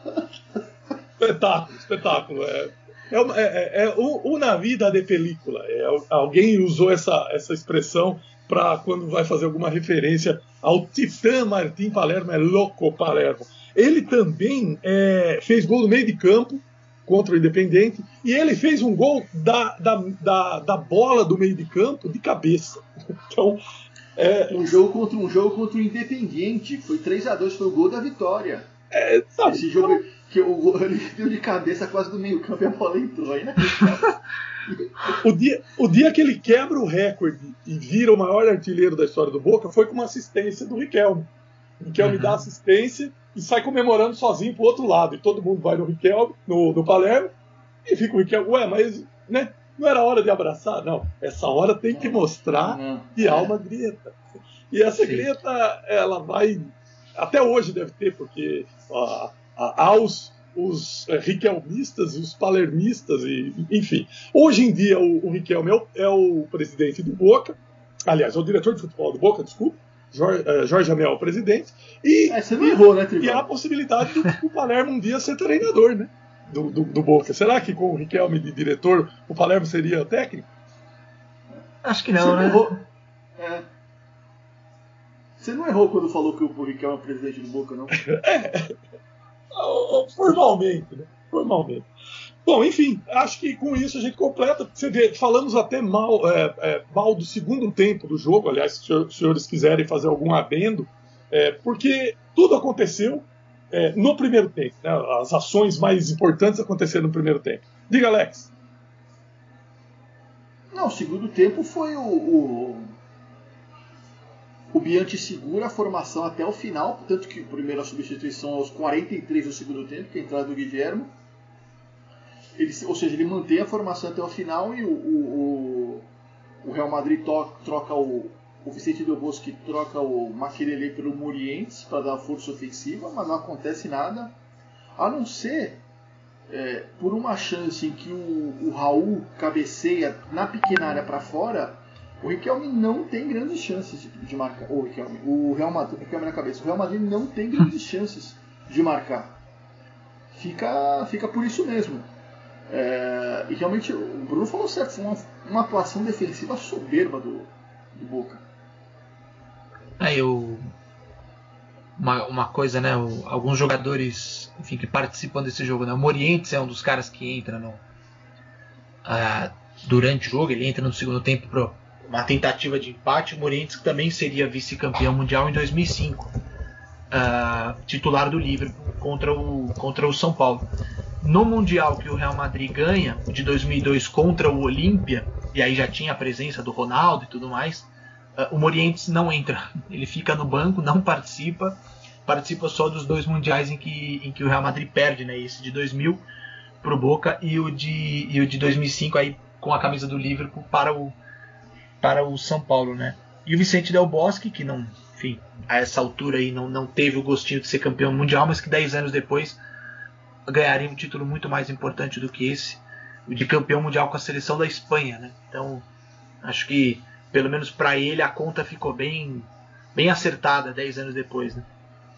Espetáculo. Una vida de película. Alguém usou essa expressão para quando vai fazer alguma referência ao Titã Martim Palermo, é louco Palermo. Ele também fez gol no meio de campo contra o Independente, e ele fez um gol da bola do meio de campo de cabeça. Então, um jogo contra o Independiente, foi 3-2, foi o gol da vitória. Esse jogo que ele deu de cabeça quase do meio campo e a bola entrou aí, né? O dia que ele quebra o recorde e vira o maior artilheiro da história do Boca foi com uma assistência do Riquelme. O Riquelme dá assistência e sai comemorando sozinho pro outro lado. E todo mundo vai no Riquelme, no Palermo, e fica o Riquelme, mas né, não era hora de abraçar? Não, essa hora tem que mostrar que há uma grieta. E essa grieta, ela vai... Até hoje deve ter, porque há os riquelmistas e os palermistas, enfim. Hoje em dia o Riquelme é o presidente do Boca, aliás, é o diretor de futebol do Boca, desculpa, Jorge Amel é o presidente, você não errou, né, Tribal? E há a possibilidade do Palermo um dia ser treinador, né, do Boca. Será que com o Riquelme de diretor o Palermo seria técnico? Acho que não, né? Você não errou quando falou que o Riquelme é o presidente do Boca, não? Formalmente, né? Formalmente. Bom, enfim, acho que com isso a gente completa. Você vê, falamos até mal do segundo tempo do jogo, aliás, se os senhores quiserem fazer algum adendo, porque tudo aconteceu no primeiro tempo, né? As ações mais importantes aconteceram no primeiro tempo. Diga, Alex. Não, o segundo tempo foi o Bianchi segura a formação até o final, tanto que a primeira substituição aos 43 do segundo tempo, que é a entrada do Guilherme. Ou seja, ele mantém a formação até o final e o Real Madrid troca o Vicente Del Bosque, troca o Makelele pelo Murientes para dar força ofensiva, mas não acontece nada, a não ser por uma chance em que o Raul cabeceia na pequena área para fora. O Riquelme não tem grandes chances de marcar. O Real Madrid, Riquelme na cabeça. O Real Madrid não tem grandes chances de marcar. Fica por isso mesmo. E realmente o Bruno falou certo, foi uma atuação defensiva soberba do Boca. Uma coisa, né? Alguns jogadores, enfim, que participam desse jogo, né? O Morientes é um dos caras que entra durante o jogo, ele entra no segundo tempo para uma tentativa de empate. O Morientes, que também seria vice-campeão mundial em 2005, titular do Liverpool contra o São Paulo. No Mundial que o Real Madrid ganha, de 2002 contra o Olímpia, e aí já tinha a presença do Ronaldo e tudo mais, o Morientes não entra, ele fica no banco, não participa só dos dois mundiais em que o Real Madrid perde, né? Esse de 2000 para o Boca e o de 2005 aí com a camisa do Liverpool para o São Paulo, né? E o Vicente Del Bosque, que não, enfim, a essa altura aí não teve o gostinho de ser campeão mundial, mas que 10 anos depois ganharia um título muito mais importante do que esse, o de campeão mundial com a seleção da Espanha, né? Então, acho que pelo menos para ele, a conta ficou bem acertada 10 anos depois, né?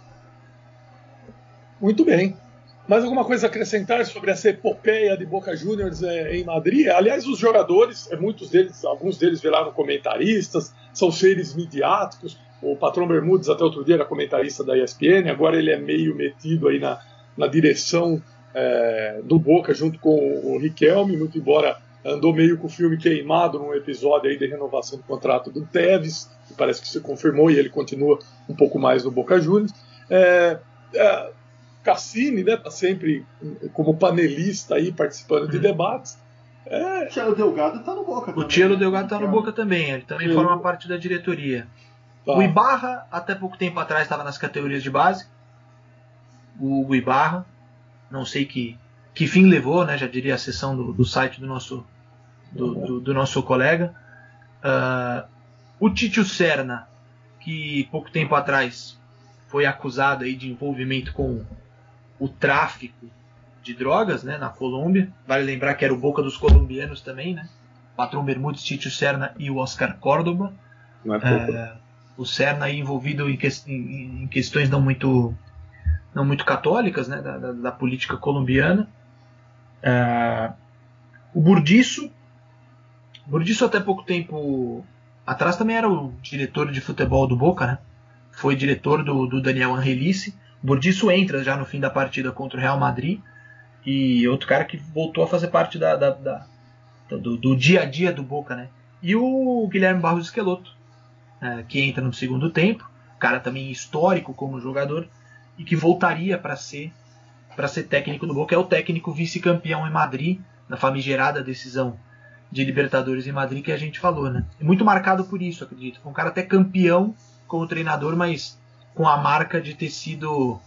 Muito bem. Mais alguma coisa a acrescentar sobre essa epopeia de Boca Juniors em Madrid? Aliás, os jogadores, alguns deles viraram comentaristas, são seres midiáticos. O patrão Bermudes até outro dia era comentarista da ESPN, agora ele é meio metido aí na direção do Boca junto com o Riquelme, muito embora andou meio com o filme queimado num episódio aí de renovação do contrato do Tevez, que parece que se confirmou e ele continua um pouco mais no Boca Juniors. Cassini, né, tá sempre como panelista aí participando de debates. O Thiago Delgado tá no Boca também. O Thiago Delgado tá no Boca também, ele também forma parte da diretoria. Tá. O Ibarra, até pouco tempo atrás, estava nas categorias de base. O Hugo Ibarra, não sei que fim levou, né, já diria a seção do site do nosso colega. O Títio Serna, que pouco tempo atrás foi acusado aí de envolvimento com o tráfico de drogas, né, na Colômbia. Vale lembrar que era o Boca dos colombianos também, né? Patrão Bermudes, Títio Serna e o Oscar Córdoba. Não é pouco. O Serna aí envolvido em questões não muito católicas, né, da política colombiana. O Burdiço até pouco tempo atrás também era o diretor de futebol do Boca, né? Foi diretor do Daniel Angelici. O Burdiço entra já no fim da partida contra o Real Madrid, e outro cara que voltou a fazer parte do dia a dia do Boca, né? E o Guilherme Barros Esqueloto, que entra no segundo tempo, cara também histórico como jogador, e que voltaria para ser técnico do Boca. É o técnico vice-campeão em Madrid, na famigerada decisão de Libertadores em Madrid que a gente falou, né? É muito marcado por isso, acredito. Foi um cara até campeão como treinador, mas com a marca de ter sido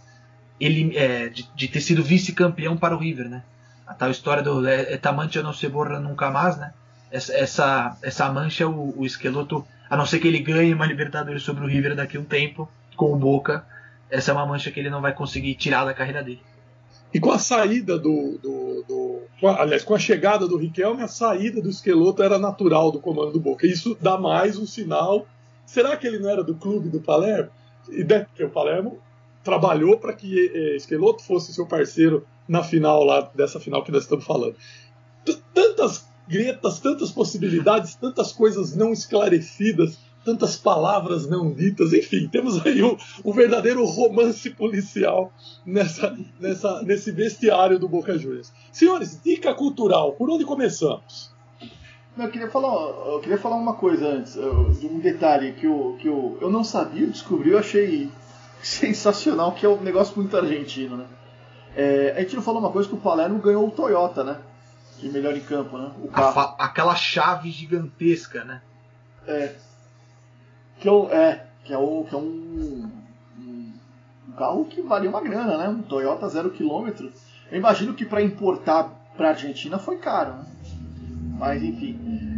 vice-campeão para o River, né? A tal história do "esta mancha não se borra nunca mais", né? Essa mancha, o Esqueloto, a não ser que ele ganhe uma Libertadores sobre o River daqui a um tempo, com o Boca, essa é uma mancha que ele não vai conseguir tirar da carreira dele. E com a saída com a chegada do Riquelme, a saída do Esqueloto era natural do comando do Boca. Isso dá mais um sinal. Será que ele não era do clube do Palermo? Porque o Palermo trabalhou para que Esqueloto fosse seu parceiro na final lá, dessa final que nós estamos falando. Tantas gretas, tantas possibilidades, tantas coisas não esclarecidas, tantas palavras não ditas, enfim, temos aí o verdadeiro romance policial nesse vestiário do Boca Juniors. Senhores, dica cultural, por onde começamos? Eu queria falar uma coisa antes, de um detalhe que eu não sabia, eu descobri, eu achei sensacional, que é um negócio muito argentino, né? A gente não falou uma coisa, que o Palermo ganhou o Toyota, né? De melhor em campo, né? O carro. Aquela chave gigantesca, né? Que é um carro que valia uma grana, né? Um Toyota 0 km. Eu imagino que para importar para a Argentina foi caro, né? Mas enfim.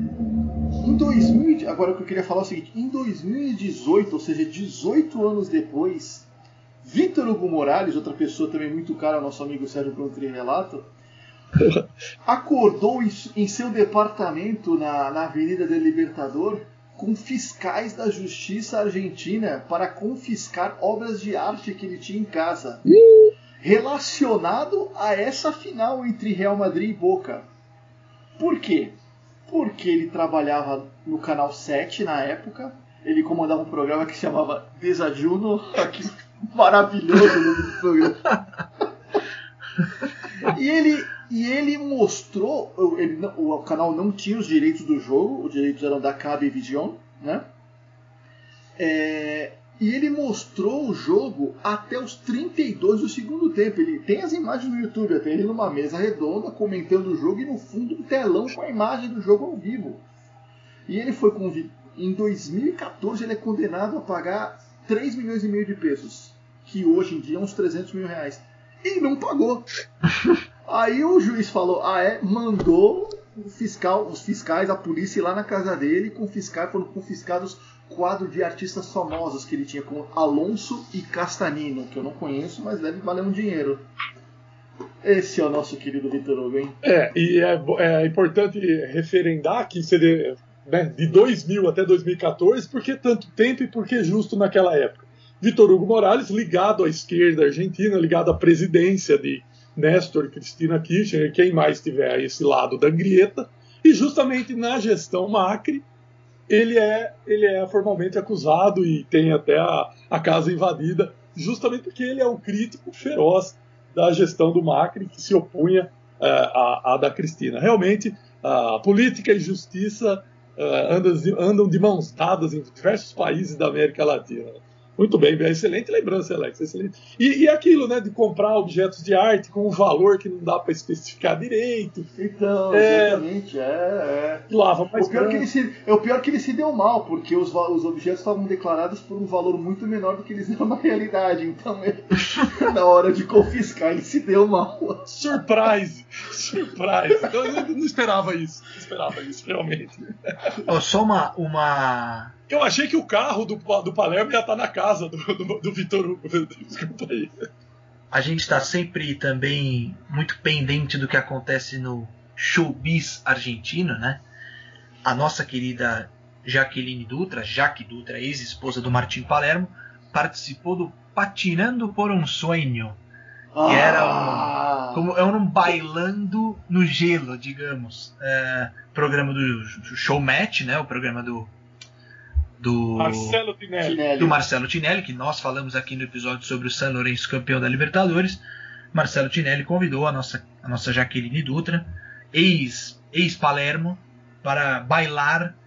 Agora o que eu queria falar é o seguinte: em 2018, ou seja, 18 anos depois, Vitor Hugo Morales, outra pessoa também muito cara ao nosso amigo Sérgio Contri Relato, acordou em seu departamento na Avenida del Libertador com fiscais da Justiça Argentina para confiscar obras de arte que ele tinha em casa, relacionado a essa final entre Real Madrid e Boca. Por quê? Porque ele trabalhava no Canal 7 na época, ele comandava um programa que se chamava Desajuno, que maravilhoso o nome do programa. E ele mostrou, o canal não tinha os direitos do jogo, os direitos eram da Cabevision, né? E ele mostrou o jogo até os 32 do segundo tempo. Ele tem as imagens no YouTube, até ele numa mesa redonda comentando o jogo e no fundo do telão com a imagem do jogo ao vivo. E ele foi em 2014 ele é condenado a pagar 3 milhões e meio de pesos, que hoje em dia é uns 300 mil reais. E não pagou. Aí o juiz falou, mandou os fiscais, a polícia ir lá na casa dele e foram confiscados quadros de artistas famosos que ele tinha, com Alonso e Castanino, que eu não conheço, mas deve valer um dinheiro. Esse é o nosso querido Vitor Hugo, hein? E é importante referendar que né, de 2000 até 2014, por que tanto tempo e por que justo naquela época? Vitor Hugo Morales, ligado à esquerda argentina, ligado à presidência de Néstor Cristina Kirchner, quem mais estiver a esse lado da grieta, e justamente na gestão Macri, ele é formalmente acusado e tem até a casa invadida, justamente porque ele é um crítico feroz da gestão do Macri, que se opunha à da Cristina. Realmente, a política e justiça andam de mãos dadas em diversos países da América Latina. Muito bem, excelente lembrança, Alex. Excelente. E aquilo, né, de comprar objetos de arte com um valor que não dá para especificar direito. Então, exatamente, Lava mais o pior que ele se deu mal, porque os objetos estavam declarados por um valor muito menor do que eles eram na realidade. Então, na hora de confiscar, ele se deu mal. Surprise! Eu não esperava isso. Realmente. Só uma... Eu achei que o carro do Palermo ia estar na casa do Vitor Hugo. Desculpa aí. A gente está sempre também muito pendente do que acontece no showbiz argentino, né? A nossa querida Jaque Dutra, ex-esposa do Martim Palermo, participou do Patinando por um Sonho, que era um bailando no gelo, digamos. Programa do Showmatch, né? O programa do Marcelo Tinelli, que nós falamos aqui no episódio sobre o San Lorenzo campeão da Libertadores. Marcelo Tinelli convidou a nossa Jaqueline Dutra, ex-Palermo, para bailar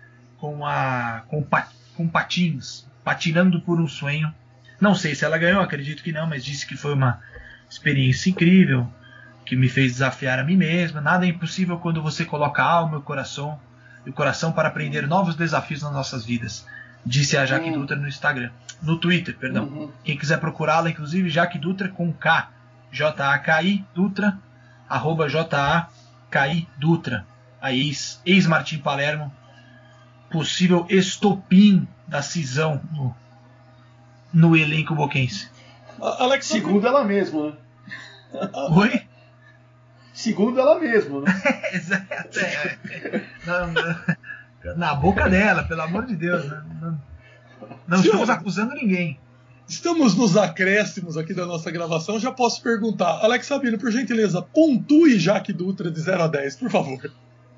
com patins, patinando por um sonho. Não sei se ela ganhou, acredito que não, mas disse que foi uma experiência incrível, que me fez desafiar a mim mesma. Nada é impossível quando você coloca a alma e o coração para aprender novos desafios nas nossas vidas, disse a Jaque Dutra no Twitter, perdão. Uhum. Quem quiser procurá-la, inclusive, Jaque Dutra com K, Jaki Dutra, @JAKI Dutra, a ex-Martim Palermo, possível estopim da cisão no elenco boquense. Alex, segundo ela mesma, né? Oi? Segundo ela mesma, né? Na boca dela, pelo amor de Deus. Não estamos acusando ninguém. Estamos nos acréscimos aqui da nossa gravação. Já posso perguntar. Alex Sabino, por gentileza, pontue Jaque Dutra de 0 a 10, por favor.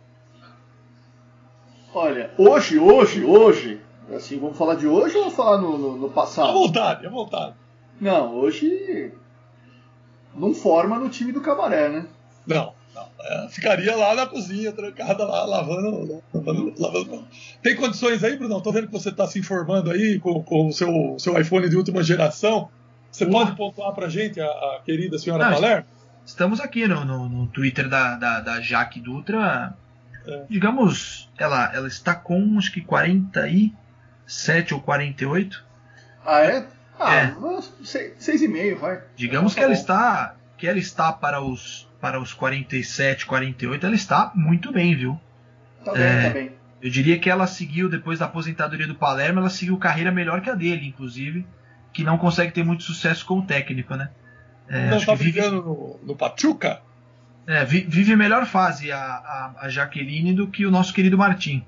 Olha, hoje, assim, vamos falar de hoje ou vamos falar no passado? À vontade. Não, hoje não forma no time do Cabaré, né? Não. Ficaria lá na cozinha, trancada lá, lavando. Tem condições aí, Brunão? Tô vendo que você está se informando aí com o seu iPhone de última geração. Você pode pontuar pra gente, a querida senhora Palermo? Estamos aqui no Twitter da Jaque Dutra. Digamos, ela está com acho que 47 ou 48. Ah, é? 6,5, vai. Digamos que ela está para os 47, 48, ela está muito bem, viu? Tá bem. Eu diria que ela seguiu, depois da aposentadoria do Palermo, ela seguiu carreira melhor que a dele, inclusive, que não consegue ter muito sucesso como técnico, né? Não tá brigando no Pachuca? Vive melhor fase a Jaqueline do que o nosso querido Martim.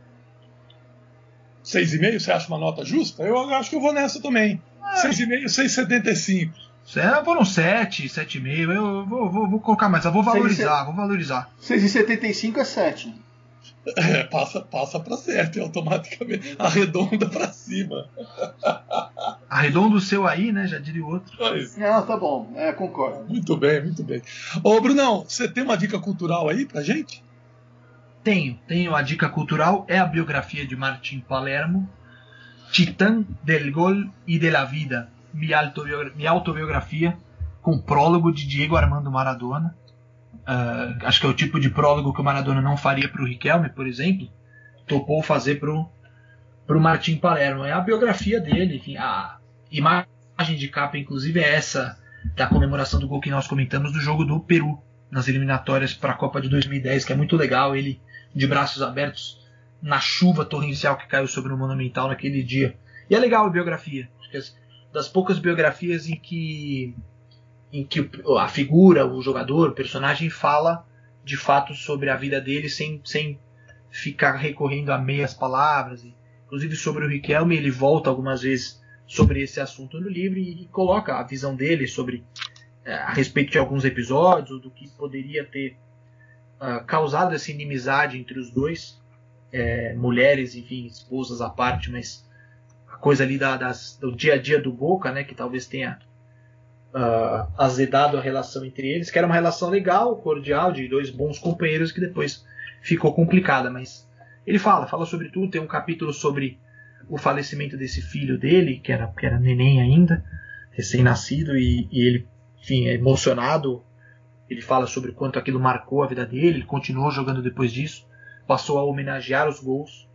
6,5, você acha uma nota justa? Eu acho que eu vou nessa também. 6,5, 6,75. Foram 7,5. Eu vou colocar mais. Eu vou valorizar. 6,75 é 7. Passa para 7 automaticamente. Arredonda para cima. Arredonda o seu aí, né? Já diria o outro. Não, tá bom. Concordo. Muito bem. Ô, Brunão, você tem uma dica cultural aí pra gente? Tenho a dica cultural. É a biografia de Martim Palermo, Titã del Gol y de la Vida. Minha autobiografia, com prólogo de Diego Armando Maradona. Acho que é o tipo de prólogo que o Maradona não faria para o Riquelme, por exemplo. Topou fazer para o Martim Palermo. É a biografia dele. Enfim, a imagem de capa, inclusive, é essa da comemoração do gol que nós comentamos do jogo do Peru nas eliminatórias para a Copa de 2010, que é muito legal. Ele de braços abertos na chuva torrencial que caiu sobre o Monumental naquele dia. E é legal a biografia. Acho que das poucas biografias em que a figura, o jogador, o personagem fala de fato sobre a vida dele sem ficar recorrendo a meias palavras. Inclusive sobre o Riquelme, ele volta algumas vezes sobre esse assunto no livro e coloca a visão dele sobre a respeito de alguns episódios, do que poderia ter causado essa inimizade entre os dois, mulheres, enfim, esposas à parte, mas a coisa ali do dia a dia do Boca, né, que talvez tenha azedado a relação entre eles, que era uma relação legal, cordial, de dois bons companheiros, que depois ficou complicada. Mas ele fala sobre tudo. Tem um capítulo sobre o falecimento desse filho dele, que era neném ainda, recém-nascido, e ele, enfim, é emocionado. Ele fala sobre o quanto aquilo marcou a vida dele. Ele continuou jogando depois disso, passou a homenagear os gols,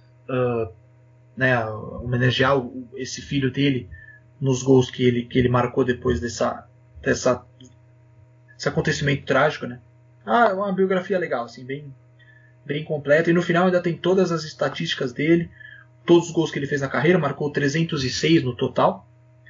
homenagear esse filho dele nos gols que ele marcou depois desse acontecimento trágico, né? É uma biografia legal, assim, bem completa. E no final ainda tem todas as estatísticas dele, todos os gols que ele fez na carreira. Marcou 306 no total.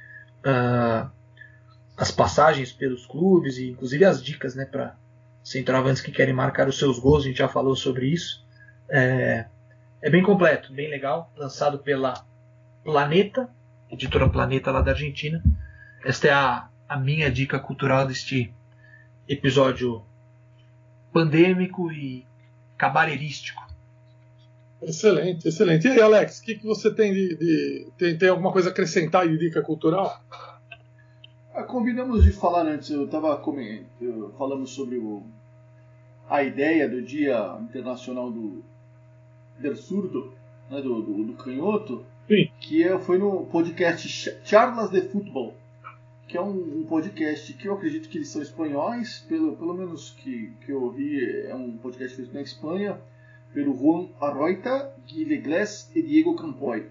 As passagens pelos clubes e inclusive as dicas, né, para centroavantes que querem marcar os seus gols. A gente já falou sobre isso. É bem completo, bem legal. Lançado pela Planeta, editora Planeta lá da Argentina. Esta é a minha dica cultural deste episódio pandêmico e cabareirístico. Excelente, excelente. E aí, Alex, o que você tem tem alguma coisa a acrescentar de dica cultural? Combinamos de falar antes, falamos sobre a ideia do Dia Internacional do Surdo, né, do canhoto. Sim. Que foi no podcast Charlas de Futebol, que é um podcast que eu acredito que eles são espanhóis, pelo menos que eu ouvi, é um podcast feito na Espanha, pelo Juan Arroita, Guilherme Iglesias e Diego Campoy.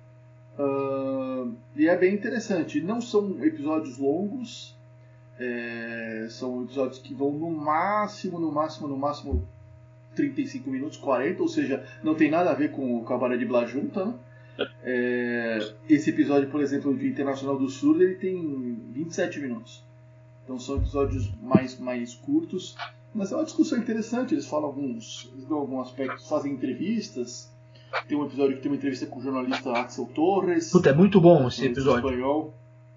E é bem interessante. Não são episódios longos, são episódios que vão no máximo 35 minutos, 40, ou seja, não tem nada a ver com o Cabaré de Blas Junta, né? Esse episódio, por exemplo, do Internacional do Surdo, ele tem 27 minutos. Então são episódios mais curtos, mas é uma discussão interessante. Eles falam eles dão alguns aspectos, fazem entrevistas. Tem um episódio que tem uma entrevista com o jornalista Axel Torres. Puta, é muito bom esse episódio. Espanhol.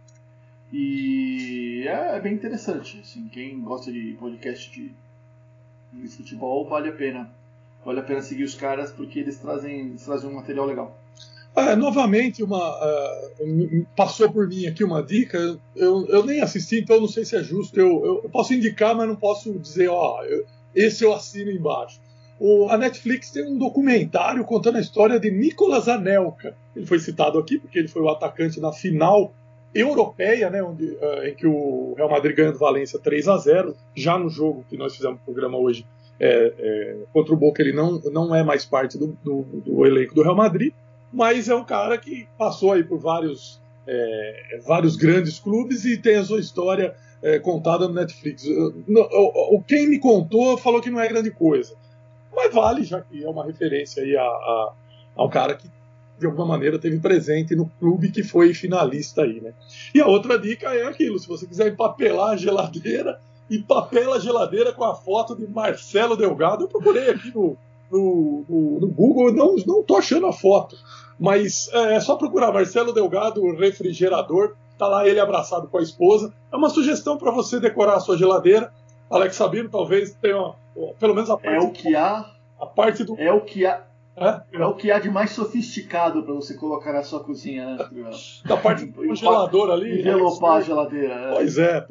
E é bem interessante. Assim, quem gosta de podcast de futebol, vale a pena. Vale a pena seguir os caras, porque eles trazem um material legal. Novamente, passou por mim aqui uma dica. Eu nem assisti, então não sei se é justo. Eu posso indicar, mas não posso dizer, esse eu assino embaixo. A Netflix tem um documentário contando a história de Nicolas Anelka. Ele foi citado aqui porque ele foi o atacante na final europeia, né, em que o Real Madrid ganha do Valência 3-0. Já no jogo que nós fizemos no programa hoje contra o Boca, ele não é mais parte do elenco do Real Madrid. Mas é um cara que passou aí por vários grandes clubes e tem a sua história contada no Netflix. Quem me contou falou que não é grande coisa, mas vale, já que é uma referência aí a um cara que de alguma maneira teve presente no clube que foi finalista aí, né? E a outra dica é aquilo: se você quiser empapelar a geladeira, empapela a geladeira com a foto de Marcelo Delgado. Eu procurei aqui no Google, não estou achando a foto, mas é só procurar Marcelo Delgado refrigerador, tá lá ele abraçado com a esposa. É uma sugestão para você decorar a sua geladeira. Alex Sabino talvez tenha pelo menos a parte é o que há de mais sofisticado para você colocar na sua cozinha, né? Da parte do congelador ali, envelopar a geladeira. Pois é.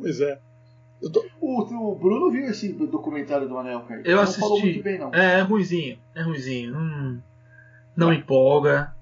O Bruno viu esse documentário do Anelka? Eu assisti. Não falou muito bem, não. É ruinzinho. Não empolga.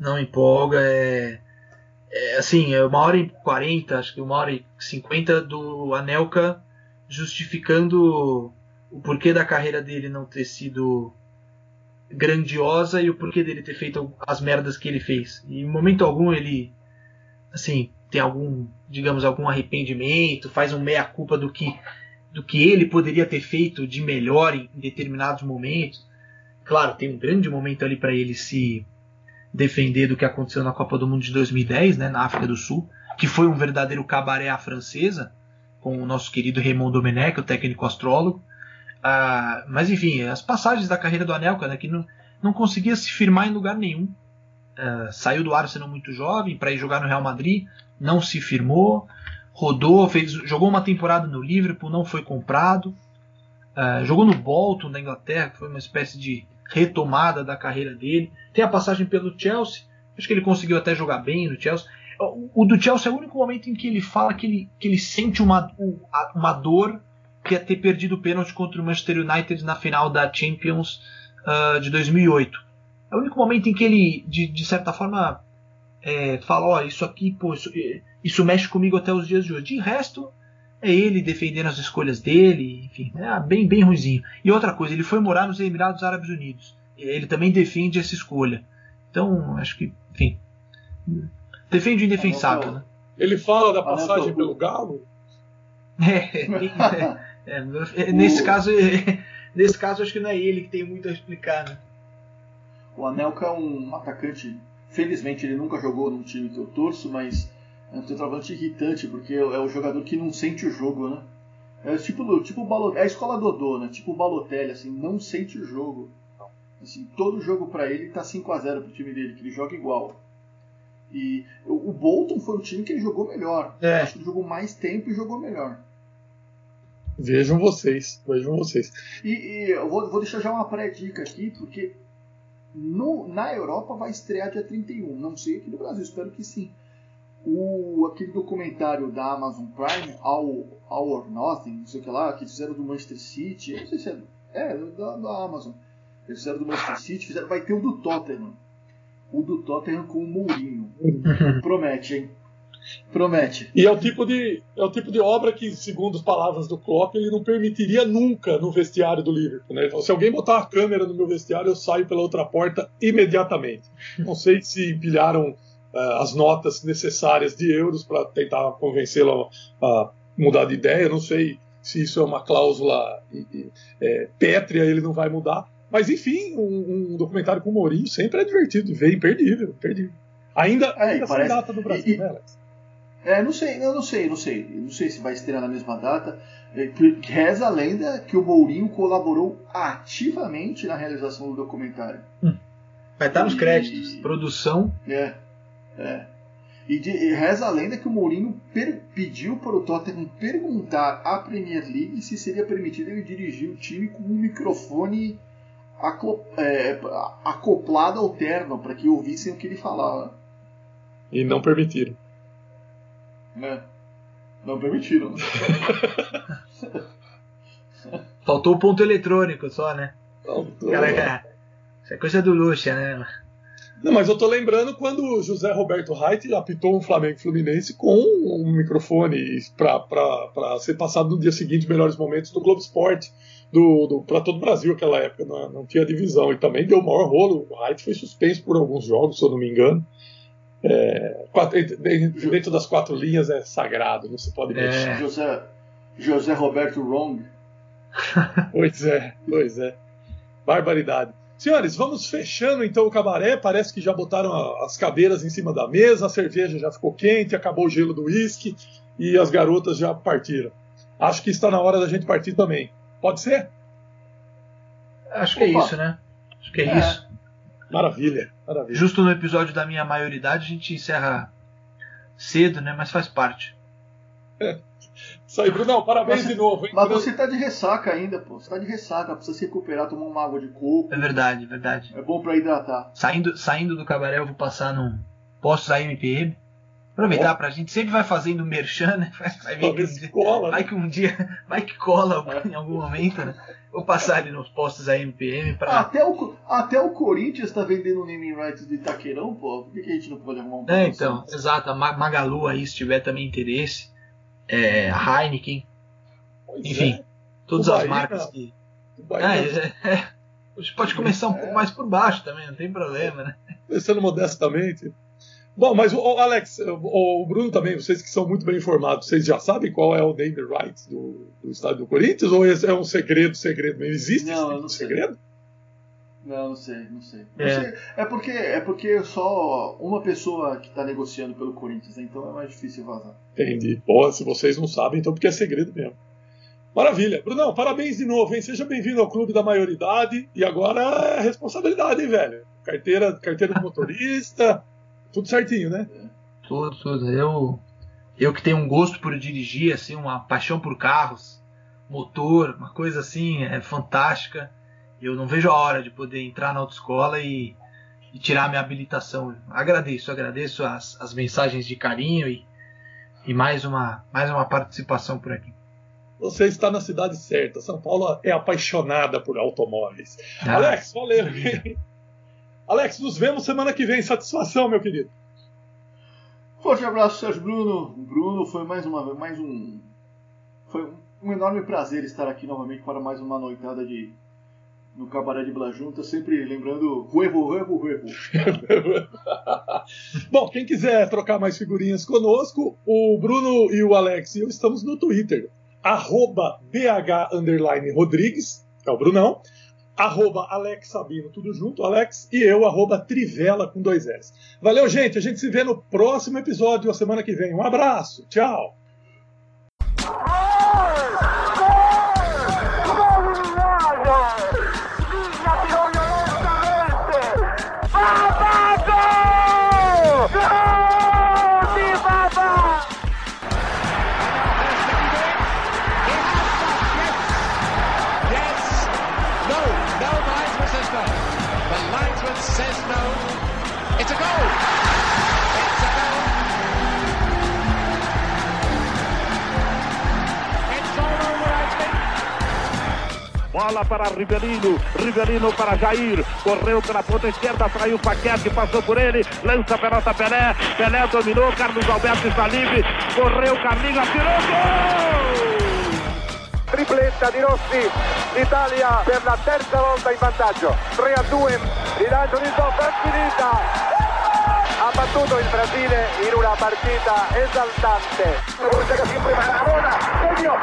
Assim, é 1h40, acho que 1h50 do Anelka justificando o porquê da carreira dele não ter sido grandiosa e o porquê dele ter feito as merdas que ele fez. E em momento algum ele, assim, tem algum arrependimento, faz um meia-culpa do que ele poderia ter feito de melhor em determinados momentos. Claro, tem um grande momento ali para ele se defender do que aconteceu na Copa do Mundo de 2010, né, na África do Sul, que foi um verdadeiro cabaré à francesa, com o nosso querido Raymond Domenech, o técnico astrólogo. Mas enfim, as passagens da carreira do Anelka, né, que não conseguia se firmar em lugar nenhum. Saiu do Arsenal muito jovem para ir jogar no Real Madrid, não se firmou, rodou, jogou uma temporada no Liverpool, não foi comprado, jogou no Bolton da Inglaterra, que foi uma espécie de retomada da carreira dele. Tem a passagem pelo Chelsea, acho que ele conseguiu até jogar bem no Chelsea. O do Chelsea é o único momento em que ele fala que ele sente uma dor, que é ter perdido o pênalti contra o Manchester United na final da Champions de 2008. É o único momento em que ele, de certa forma, fala, isso aqui, pô, isso mexe comigo até os dias de hoje. De resto, é ele defendendo as escolhas dele, enfim, bem ruizinho. E outra coisa, ele foi morar nos Emirados Árabes Unidos. Ele também defende essa escolha. Então, acho que, enfim, defende o indefensável, né? Ele fala da passagem pelo Galo? Nesse caso, acho que não é ele que tem muito a explicar, né? O Anelka é um atacante, felizmente ele nunca jogou num time que eu torço, mas é um centroavante irritante, porque é o jogador que não sente o jogo, né? É tipo é a escola Dodô, né? Tipo o Balotelli, assim, não sente o jogo. Assim, todo jogo pra ele tá 5-0 pro time dele, que ele joga igual. E o Bolton foi o time que ele jogou melhor. Acho que ele jogou mais tempo e jogou melhor. Vejam vocês. E eu vou deixar já uma pré-dica aqui, porque na Europa vai estrear dia 31. Não sei aqui no Brasil, espero que sim. Aquele documentário da Amazon Prime, All or Nothing, não sei o que lá, que fizeram do Manchester City. Eu não sei se é da Amazon. Eles fizeram do Manchester City, vai ter o do Tottenham. O do Tottenham com o Mourinho. Promete, hein? Promete. E é o tipo de obra que, segundo as palavras do Klopp, ele não permitiria nunca no vestiário do Liverpool, né? Ele falou, se alguém botar uma câmera no meu vestiário, eu saio pela outra porta imediatamente. Não sei se empilharam as notas necessárias de euros para tentar convencê-lo a mudar de ideia. Não sei se isso é uma cláusula pétrea, ele não vai mudar. Mas enfim, um documentário com o Mourinho sempre é divertido, vê imperdível. Ainda sem data do Brasil, né, Alex? Não sei se vai estrear na mesma data. Reza a lenda que o Mourinho colaborou ativamente na realização do documentário. Vai estar nos créditos. Produção. E reza a lenda que o Mourinho pediu para o Tottenham perguntar à Premier League se seria permitido ele dirigir o time com um microfone acoplado ao terno, para que ouvissem o que ele falava. E não permitiram. Não permitiram. Faltou o ponto eletrônico só, né? Cara, isso é coisa do Lucha, né? Não, mas eu tô lembrando quando o José Roberto Reit apitou um Flamengo Fluminense com um microfone para ser passado no dia seguinte, melhores momentos do Globo Esporte, para todo o Brasil naquela época, não tinha divisão, e também deu o maior rolo. O Reit foi suspenso por alguns jogos, se eu não me engano. Dentro das 4 linhas é sagrado, não se pode mexer. José Roberto Wrong. Pois é. Barbaridade. Senhores, vamos fechando então o cabaré. Parece que já botaram as cadeiras em cima da mesa, a cerveja já ficou quente, acabou o gelo do uísque e as garotas já partiram. Acho que está na hora da gente partir também. Pode ser? Acho que é isso, né? Acho que é isso. Maravilha. Justo no episódio da minha maioridade a gente encerra cedo, né? Mas faz parte. Isso aí, Brunão, parabéns de novo, hein? Mas você tá de ressaca ainda, pô. Você tá de ressaca, precisa se recuperar, tomar uma água de coco. É verdade. É bom pra hidratar. Saindo do cabaré, eu vou passar num Postos AMPM. Aproveitar pra gente, sempre vai fazendo merchan, né? Vai ver que cola em algum momento, né? Vou passar ali nos Postos AMPM pra... Até o Corinthians tá vendendo o naming rights do Itaquerão, pô. Por que a gente não pode arrumar um promoção? Então, exato. A Magalu aí, se tiver também interesse. A Heineken. Enfim, todas as marcas que... A gente pode começar um pouco mais por baixo também, não tem problema, né? Pensando modestamente. Bom, mas Alex, o Bruno também, vocês que são muito bem informados, vocês já sabem qual é o name rights do estádio do Corinthians? Ou esse é um segredo mesmo? Existe esse segredo? Não sei. É porque só uma pessoa que está negociando pelo Corinthians, então é mais difícil vazar. Entendi. Pô, se vocês não sabem, então porque é segredo mesmo. Maravilha. Brunão, parabéns de novo, hein? Seja bem-vindo ao Clube da Maioridade. E agora é responsabilidade, hein, velho? Carteira do motorista, tudo certinho, né? Tudo. Eu que tenho um gosto por dirigir, assim, uma paixão por carros, motor, uma coisa assim, fantástica. Eu não vejo a hora de poder entrar na autoescola e tirar a minha habilitação. Agradeço as mensagens de carinho e mais uma participação por aqui. Você está na cidade certa. São Paulo é apaixonada por automóveis. Alex, valeu. Alex, nos vemos semana que vem. Satisfação, meu querido. Forte abraço, Sérgio Bruno. Bruno, foi foi um enorme prazer estar aqui novamente para mais uma noitada no Cabaré de Blas Juntas, sempre lembrando Huevo. Bom, quem quiser trocar mais figurinhas conosco, o Bruno e o Alex e eu estamos no Twitter, @BH_Rodrigues, é o Brunão, @Alex Sabino, tudo junto, Alex, e eu, @Trivela com 2 S. Valeu, gente, a gente se vê no próximo episódio, a semana que vem. Um abraço, tchau! Says no. It's a goal. It's a goal. It's all over, I think. Bola para Rivelino para Jair, correu pela ponta esquerda, traiu o Paquete, passou por ele, lança a pelota Pelé dominou, Carlos Alberto está livre, correu, Carlinhos, atirou, gol! Tripletta di Rossi, l'Italia per la terza volta in vantaggio, 3-2, rilancio di Zoff, finita, ha battuto il Brasile in una partita esaltante. Borgega sempre Maradona, segno,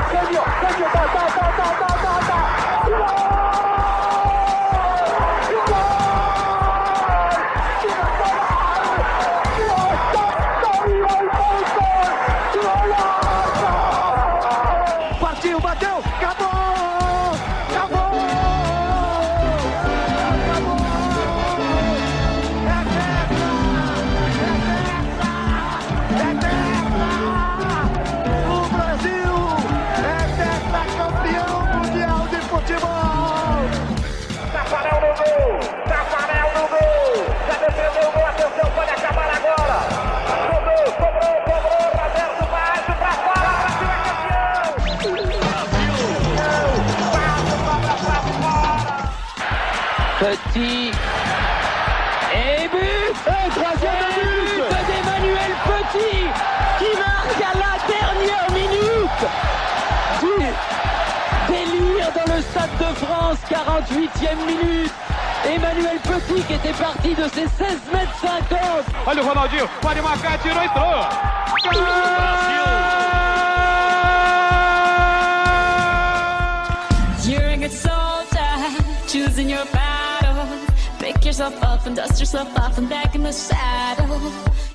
partiu, bateu, acabou! O Brasil é tetracampeão mundial de futebol! Tafarel no gol! Já defendeu o gol, atenção, pode acabar agora! Cobrou, Roberto Baggio pra fora, Brasil é campeão! Petit et but, troisième but d'Emmanuel Petit qui marque à la dernière minute du délire dans le Stade de France, 48e minute. Emmanuel Petit qui était parti de ses 16,50 m. Olha o Ronaldinho, pode marcar, tirou e entrou! You're a good soldier, choosing your battle. Pick yourself up and dust yourself off and back in the saddle.